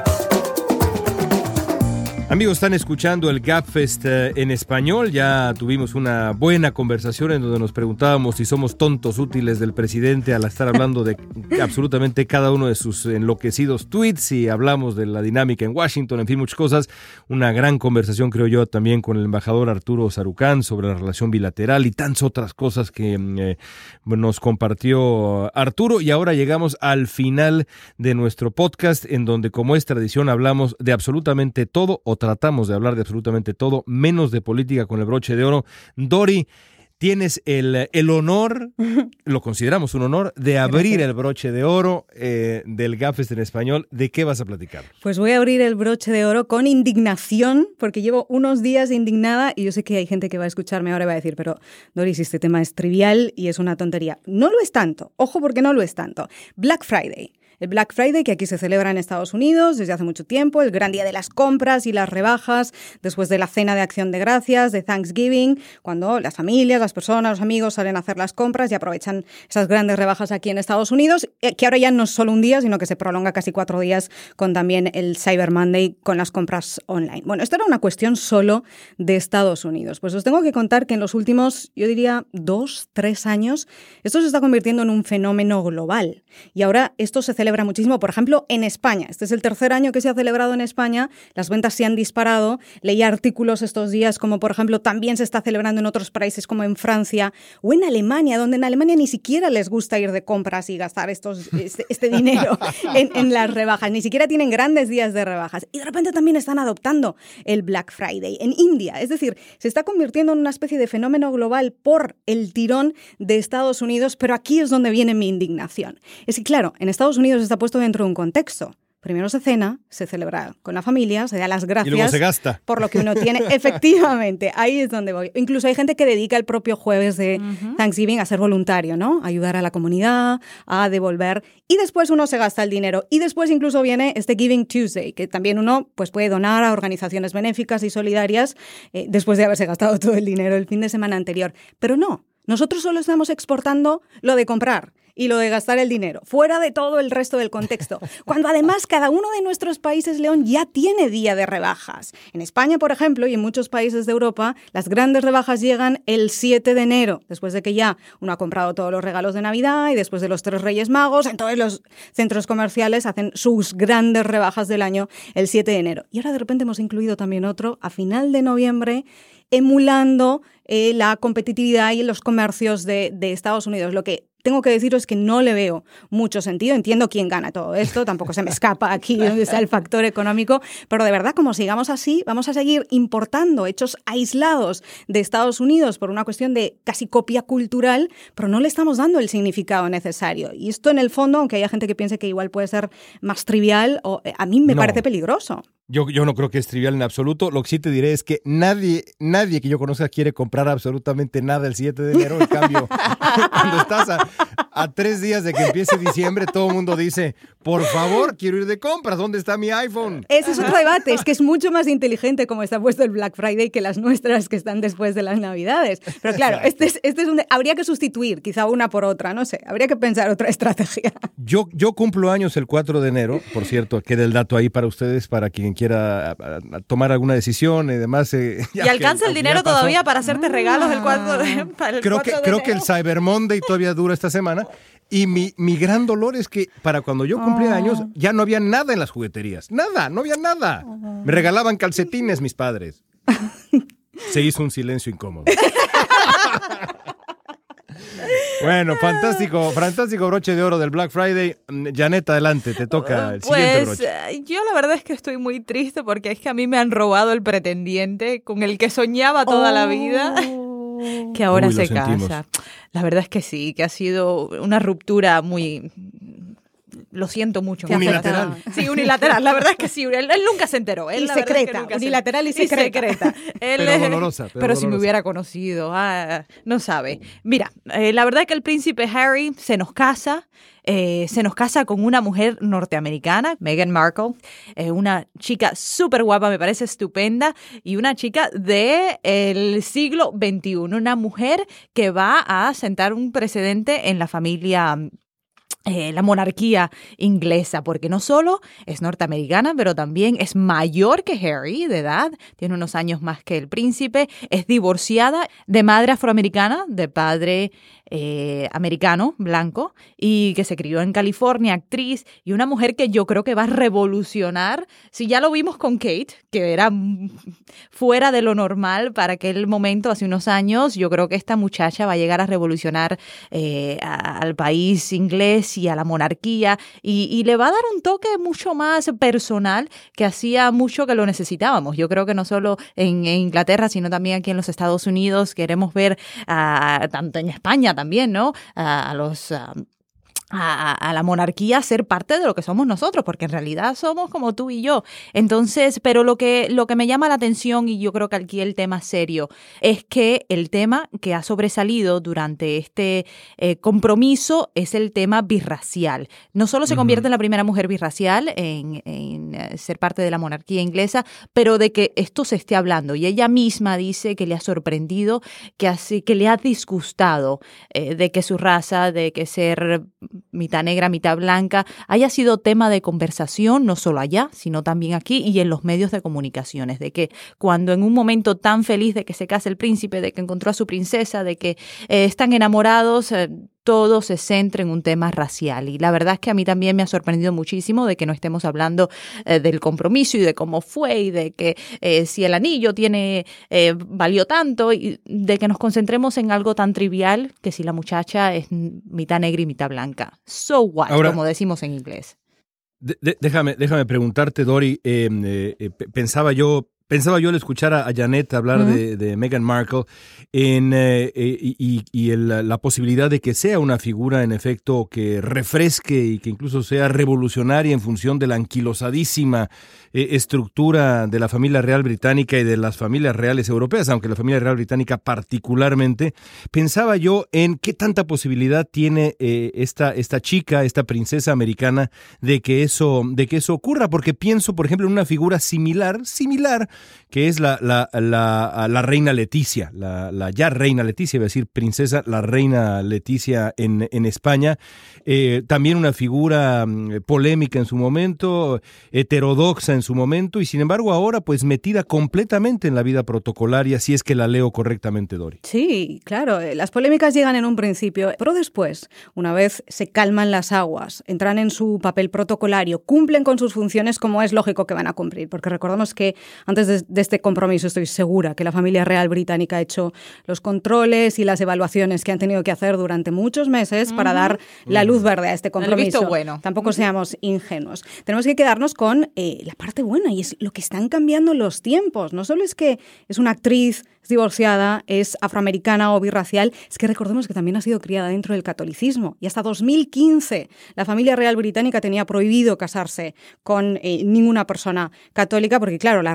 Amigos, están escuchando el Gabfest eh, en español. Ya tuvimos una buena conversación en donde nos preguntábamos si somos tontos útiles del presidente al estar hablando de absolutamente cada uno de sus enloquecidos tweets, y hablamos de la dinámica en Washington, en fin, muchas cosas. Una gran conversación, creo yo, también con el embajador Arturo Sarucán sobre la relación bilateral y tantas otras cosas que eh, nos compartió Arturo. Y ahora llegamos al final de nuestro podcast, en donde, como es tradición, hablamos de absolutamente todo o tratamos de hablar de absolutamente todo, menos de política con el broche de oro. Dori, tienes el, el honor, lo consideramos un honor, de abrir Gracias. El broche de oro eh, del Gabfest en español. ¿De qué vas a platicar? Pues voy a abrir el broche de oro con indignación, porque llevo unos días indignada y yo sé que hay gente que va a escucharme ahora y va a decir, pero Dori, si este tema es trivial y es una tontería. No lo es tanto, ojo, porque no lo es tanto. Black Friday. El Black Friday, que aquí se celebra en Estados Unidos desde hace mucho tiempo, el gran día de las compras y las rebajas, después de la cena de Acción de Gracias, de Thanksgiving, cuando las familias, las personas, los amigos salen a hacer las compras y aprovechan esas grandes rebajas aquí en Estados Unidos, que ahora ya no es solo un día, sino que se prolonga casi cuatro días con también el Cyber Monday con las compras online. Bueno, esto era una cuestión solo de Estados Unidos. Pues os tengo que contar que en los últimos, yo diría, dos, tres años, esto se está convirtiendo en un fenómeno global. Y ahora esto se celebra muchísimo, por ejemplo, en España. Este es el tercer año que se ha celebrado en España. Las ventas se han disparado. Leí artículos estos días como, por ejemplo, también se está celebrando en otros países como en Francia o en Alemania, donde en Alemania ni siquiera les gusta ir de compras y gastar estos, este, este dinero en, en las rebajas. Ni siquiera tienen grandes días de rebajas. Y de repente también están adoptando el Black Friday en India. Es decir, se está convirtiendo en una especie de fenómeno global por el tirón de Estados Unidos, pero aquí es donde viene mi indignación. Es que, claro, en Estados Unidos está puesto dentro de un contexto. Primero se cena, se celebra con la familia, se da las gracias. Y luego se gasta. Por lo que uno tiene. Efectivamente, ahí es donde voy. Incluso hay gente que dedica el propio jueves de uh-huh. Thanksgiving a ser voluntario, ¿no? A ayudar a la comunidad, a devolver. Y después uno se gasta el dinero. Y después incluso viene este Giving Tuesday, que también uno pues, puede donar a organizaciones benéficas y solidarias eh, después de haberse gastado todo el dinero el fin de semana anterior. Pero no, nosotros solo estamos exportando lo de comprar y lo de gastar el dinero, fuera de todo el resto del contexto. Cuando además cada uno de nuestros países, León, ya tiene día de rebajas. En España, por ejemplo, y en muchos países de Europa, las grandes rebajas llegan el siete de enero, después de que ya uno ha comprado todos los regalos de Navidad y después de los tres Reyes Magos, entonces los centros comerciales hacen sus grandes rebajas del año el siete de enero. Y ahora de repente hemos incluido también otro a final de noviembre, emulando eh, la competitividad y los comercios de, de Estados Unidos. Lo que tengo que deciros es que no le veo mucho sentido. Entiendo quién gana todo esto, tampoco se me escapa aquí donde está el factor económico, pero de verdad, como sigamos así, vamos a seguir importando hechos aislados de Estados Unidos por una cuestión de casi copia cultural, pero no le estamos dando el significado necesario. Y esto, en el fondo, aunque haya gente que piense que igual puede ser más trivial, o, a mí me no. parece peligroso. Yo, yo no creo que es trivial en absoluto. Lo que sí te diré es que nadie, nadie que yo conozca quiere comprar absolutamente nada el siete de enero. En cambio, cuando estás a, a tres días de que empiece diciembre, todo el mundo dice, por favor, quiero ir de compras, ¿dónde está mi iPhone? Ese es otro debate, es que es mucho más inteligente como está puesto el Black Friday que las nuestras que están después de las Navidades. Pero claro, este es, este es un, habría que sustituir quizá una por otra, no sé, habría que pensar otra estrategia. Yo, yo cumplo años el cuatro de enero, por cierto, queda el dato ahí para ustedes, para quien quiera a, a, tomar alguna decisión y demás. Eh, ¿Y alcanza el dinero todavía para hacerte regalos el cuatro de, para el creo cuatro que, de creo enero? que el Cyber Monday todavía dura esta semana. Y mi, mi gran dolor es que para cuando yo cumplía años ya no había nada en las jugueterías. Nada, no había nada. Me regalaban calcetines mis padres. Se hizo un silencio incómodo. Bueno, fantástico, fantástico broche de oro del Black Friday. Janet, adelante, te toca el siguiente Pues broche. yo la verdad es que estoy muy triste porque es que a mí me han robado el pretendiente con el que soñaba toda Oh. la vida, que ahora Uy, lo se sentimos. casa. La verdad es que sí, que ha sido una ruptura muy... Lo siento mucho. Te Unilateral. afecta. Sí, unilateral. La verdad es que sí. Él, él nunca se enteró. Él, Y la verdad es que secreta, nunca se- unilateral y secreta. Él Pero es- dolorosa, pero Pero si me dolorosa. hubiera conocido. Ah, no sabe. Mira, eh, la verdad es que el príncipe Harry se nos casa. Eh, se nos casa con una mujer norteamericana, Meghan Markle, eh, una chica súper guapa, me parece estupenda, y una chica del siglo veintiuno, una mujer que va a sentar un precedente en la familia... Eh, la monarquía inglesa, porque no solo es norteamericana, pero también es mayor que Harry de edad, tiene unos años más que el príncipe, es divorciada, de madre afroamericana, de padre eh, americano, blanco, y que se crió en California, actriz, y una mujer que yo creo que va a revolucionar, si ya lo vimos con Kate, que era fuera de lo normal para aquel momento, hace unos años, yo creo que esta muchacha va a llegar a revolucionar eh, a, al país inglés y a la monarquía y, y le va a dar un toque mucho más personal que hacía mucho que lo necesitábamos. Yo creo que no solo en, en Inglaterra, sino también aquí en los Estados Unidos queremos ver, uh, tanto en España también, ¿no? Uh, a los... Uh, A, a la monarquía ser parte de lo que somos nosotros, porque en realidad somos como tú y yo. Entonces, pero lo que, lo que me llama la atención, y yo creo que aquí el tema serio, es que el tema que ha sobresalido durante este eh, compromiso es el tema birracial. No solo se convierte en la primera mujer birracial en, en eh, ser parte de la monarquía inglesa, pero de que esto se esté hablando. Y ella misma dice que le ha sorprendido, que, así, que le ha disgustado eh, de que su raza, de que ser mitad negra, mitad blanca, haya sido tema de conversación, no solo allá, sino también aquí y en los medios de comunicaciones, de que cuando en un momento tan feliz de que se case el príncipe, de que encontró a su princesa, de que eh, están enamorados, eh, todo se centra en un tema racial. Y la verdad es que a mí también me ha sorprendido muchísimo de que no estemos hablando eh, del compromiso y de cómo fue y de que eh, si el anillo tiene eh, valió tanto y de que nos concentremos en algo tan trivial que si la muchacha es mitad negra y mitad blanca. So what, Ahora, como decimos en inglés. De, de, déjame, déjame preguntarte, Dori, eh, eh, eh, pensaba yo... Pensaba yo al escuchar a, a Janet hablar uh-huh. de, de Meghan Markle en, eh, y, y, y el, la posibilidad de que sea una figura en efecto que refresque y que incluso sea revolucionaria en función de la anquilosadísima eh, estructura de la familia real británica y de las familias reales europeas, aunque la familia real británica particularmente. Pensaba yo en qué tanta posibilidad tiene eh, esta, esta chica, esta princesa americana, de que eso, de que eso ocurra, porque pienso, por ejemplo, en una figura similar, similar, que es la, la, la, la reina Leticia, la, la ya reina Leticia, iba a decir princesa, la reina Leticia en, en España. Eh, también una figura um, polémica en su momento, heterodoxa en su momento, y sin embargo ahora pues metida completamente en la vida protocolaria, si es que la leo correctamente, Dori. Sí, claro, las polémicas llegan en un principio, pero después, una vez se calman las aguas, entran en su papel protocolario, cumplen con sus funciones como es lógico que van a cumplir, porque recordamos que antes de, de este compromiso estoy segura que la familia real británica ha hecho los controles y las evaluaciones que han tenido que hacer durante muchos meses uh-huh. para dar la luz verde a este compromiso. El visto bueno. Tampoco seamos ingenuos. Tenemos que quedarnos con eh, la parte buena y es lo que están cambiando los tiempos. No solo es que es una actriz, es divorciada, es afroamericana o birracial, es que recordemos que también ha sido criada dentro del catolicismo y hasta dos mil quince la familia real británica tenía prohibido casarse con eh, ninguna persona católica porque, claro, la reina, la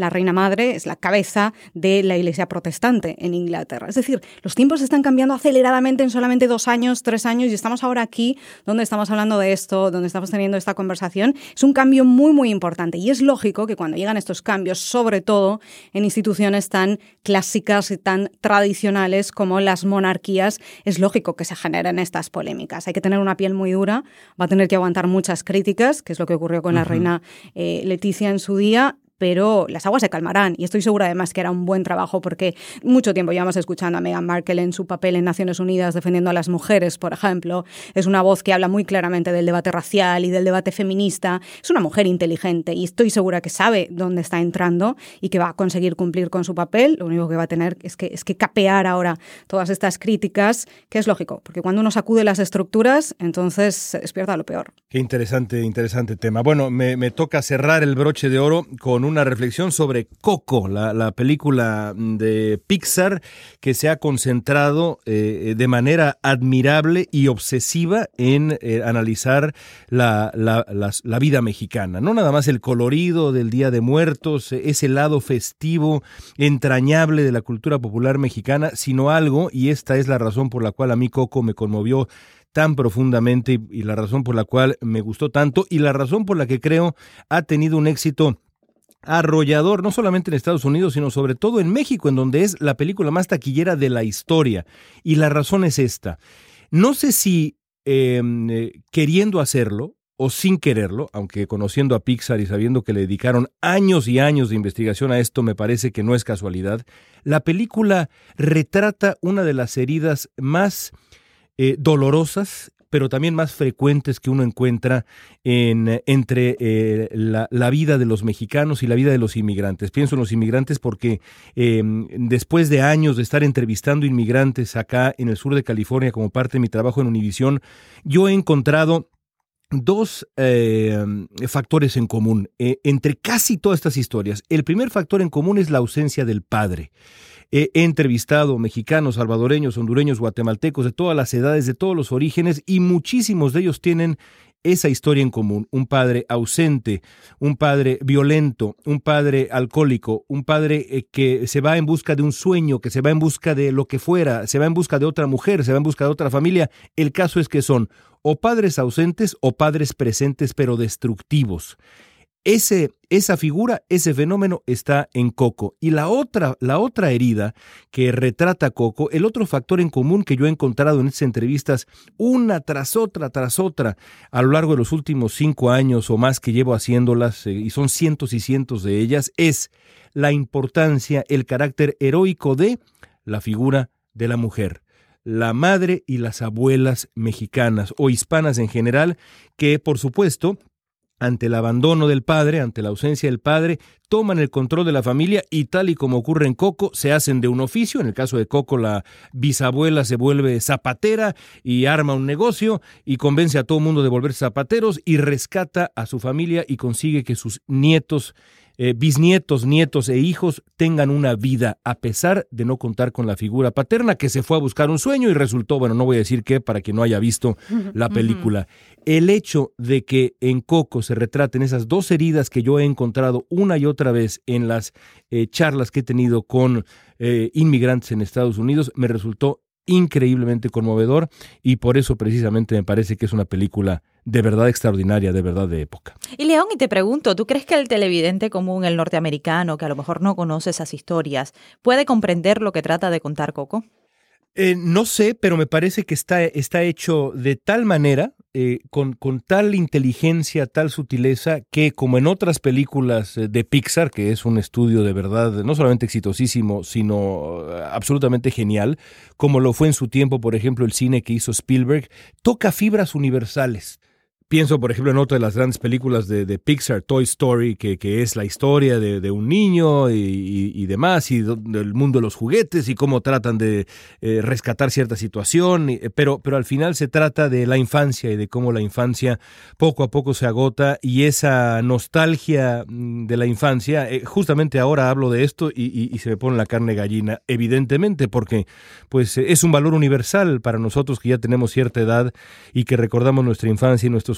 la reina madre es la cabeza de la Iglesia protestante en Inglaterra. Es decir, los tiempos están cambiando aceleradamente en solamente dos años, tres años, y estamos ahora aquí donde estamos hablando de esto, donde estamos teniendo esta conversación. Es un cambio muy, muy importante, y es lógico que cuando llegan estos cambios, sobre todo en instituciones tan clásicas y tan tradicionales como las monarquías, es lógico que se generen estas polémicas. Hay que tener una piel muy dura, va a tener que aguantar muchas críticas, que es lo que ocurrió con uh-huh. la reina eh, Leticia en su día, pero las aguas se calmarán, y estoy segura además que era un buen trabajo, porque mucho tiempo llevamos escuchando a Meghan Markle en su papel en Naciones Unidas defendiendo a las mujeres, por ejemplo. Es una voz que habla muy claramente del debate racial y del debate feminista. Es una mujer inteligente y estoy segura que sabe dónde está entrando y que va a conseguir cumplir con su papel. Lo único que va a tener es que, es que capear ahora todas estas críticas, que es lógico, porque cuando uno sacude las estructuras, entonces se despierta lo peor. Qué interesante, interesante tema. Bueno, me, me toca cerrar el broche de oro con una reflexión sobre Coco, la, la película de Pixar que se ha concentrado eh, de manera admirable y obsesiva en eh, analizar la, la, la, la vida mexicana. No nada más el colorido del Día de Muertos, ese lado festivo, entrañable de la cultura popular mexicana, sino algo, y esta es la razón por la cual a mí Coco me conmovió tan profundamente y, y la razón por la cual me gustó tanto y la razón por la que creo ha tenido un éxito arrollador, no solamente en Estados Unidos, sino sobre todo en México, en donde es la película más taquillera de la historia. Y la razón es esta. No sé si eh, queriendo hacerlo o sin quererlo, aunque conociendo a Pixar y sabiendo que le dedicaron años y años de investigación a esto, me parece que no es casualidad, la película retrata una de las heridas más eh, dolorosas, pero también más frecuentes que uno encuentra en, entre eh, la, la vida de los mexicanos y la vida de los inmigrantes. Pienso en los inmigrantes porque eh, después de años de estar entrevistando inmigrantes acá en el sur de California como parte de mi trabajo en Univisión, yo he encontrado dos eh, factores en común eh, entre casi todas estas historias. El primer factor en común es la ausencia del padre. He entrevistado mexicanos, salvadoreños, hondureños, guatemaltecos, de todas las edades, de todos los orígenes, y muchísimos de ellos tienen esa historia en común. Un padre ausente, un padre violento, un padre alcohólico, un padre que se va en busca de un sueño, que se va en busca de lo que fuera, se va en busca de otra mujer, se va en busca de otra familia. El caso es que son o padres ausentes o padres presentes pero destructivos. Ese, esa figura, ese fenómeno está en Coco. Y la otra, la otra herida que retrata Coco, el otro factor en común que yo he encontrado en estas entrevistas, una tras otra, tras otra, a lo largo de los últimos cinco años o más que llevo haciéndolas, eh, y son cientos y cientos de ellas, es la importancia, el carácter heroico de la figura de la mujer. La madre y las abuelas mexicanas o hispanas en general, que por supuesto, ante el abandono del padre, ante la ausencia del padre, toman el control de la familia y tal y como ocurre en Coco, se hacen de un oficio. En el caso de Coco, la bisabuela se vuelve zapatera y arma un negocio y convence a todo el mundo de volverse zapateros y rescata a su familia y consigue que sus nietos, eh, bisnietos, nietos e hijos tengan una vida, a pesar de no contar con la figura paterna, que se fue a buscar un sueño y resultó, bueno, no voy a decir qué para que no haya visto la película. El hecho de que en Coco se retraten esas dos heridas que yo he encontrado una y otra vez en las eh, charlas que he tenido con eh, inmigrantes en Estados Unidos me resultó increíblemente conmovedor y por eso precisamente me parece que es una película de verdad extraordinaria, de verdad de época. Y León, y te pregunto, ¿tú crees que el televidente común, el norteamericano, que a lo mejor no conoce esas historias, puede comprender lo que trata de contar Coco? Eh, no sé, pero me parece que está, está hecho de tal manera, eh, con, con tal inteligencia, tal sutileza, que como en otras películas de Pixar, que es un estudio de verdad no solamente exitosísimo, sino absolutamente genial, como lo fue en su tiempo, por ejemplo, el cine que hizo Spielberg, toca fibras universales. Pienso, por ejemplo, en otra de las grandes películas de, de Pixar, Toy Story, que, que es la historia de, de un niño y, y, y demás, y do, del mundo de los juguetes y cómo tratan de eh, rescatar cierta situación, y, pero, pero al final se trata de la infancia y de cómo la infancia poco a poco se agota y esa nostalgia de la infancia, eh, justamente ahora hablo de esto y, y, y se me pone la carne gallina, evidentemente, porque pues, es un valor universal para nosotros que ya tenemos cierta edad y que recordamos nuestra infancia y nuestros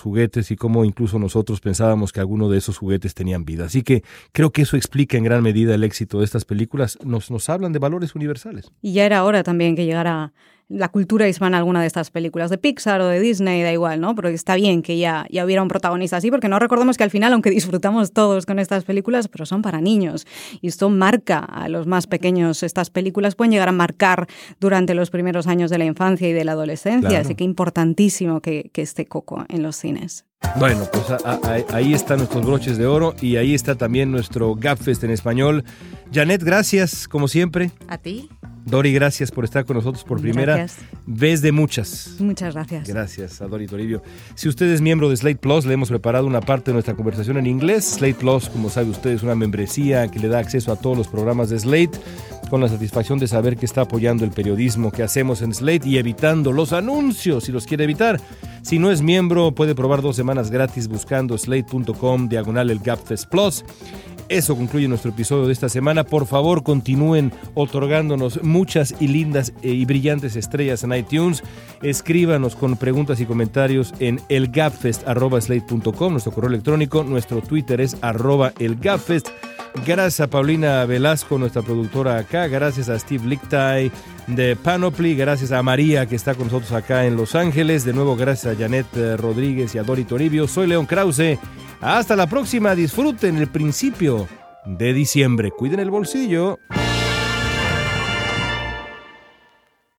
juguetes y cómo incluso nosotros pensábamos que alguno de esos juguetes tenían vida. Así que creo que eso explica en gran medida el éxito de estas películas. Nos, nos hablan de valores universales. Y ya era hora también que llegara la cultura hispana a alguna de estas películas de Pixar o de Disney, da igual, ¿no? Pero está bien que ya, ya hubiera un protagonista así, porque no recordemos que al final, aunque disfrutamos todos con estas películas, pero son para niños. Y esto marca a los más pequeños. Estas películas pueden llegar a marcar durante los primeros años de la infancia y de la adolescencia. Claro. Así que importantísimo que, que esté Coco en los cines. Bueno, pues a, a, ahí están nuestros broches de oro y ahí está también nuestro Gabfest en español. Janet, gracias, como siempre. A ti. Dori, gracias por estar con nosotros por primera gracias. vez de muchas. Muchas gracias. Gracias a Dori Toribio. Si usted es miembro de Slate Plus, le hemos preparado una parte de nuestra conversación en inglés. Slate Plus, como sabe usted, es una membresía que le da acceso a todos los programas de Slate, con la satisfacción de saber que está apoyando el periodismo que hacemos en Slate y evitando los anuncios, si los quiere evitar. Si no es miembro, puede probar dos semanas gratis buscando slate.com diagonal el Gabfest Plus. Eso concluye nuestro episodio de esta semana. Por favor, continúen otorgándonos muchas y lindas y brillantes estrellas en iTunes. Escríbanos con preguntas y comentarios en elgabfest arroba slate punto com, nuestro correo electrónico. Nuestro Twitter es arroba elgabfest. Gracias a Paulina Velasco, nuestra productora acá. Gracias a Steve Lichtai de Panoply. Gracias a María, que está con nosotros acá en Los Ángeles. De nuevo, gracias a Janet Rodríguez y a Dori Toribio. Soy León Krause. Hasta la próxima. Disfruten el principio de diciembre. Cuiden el bolsillo.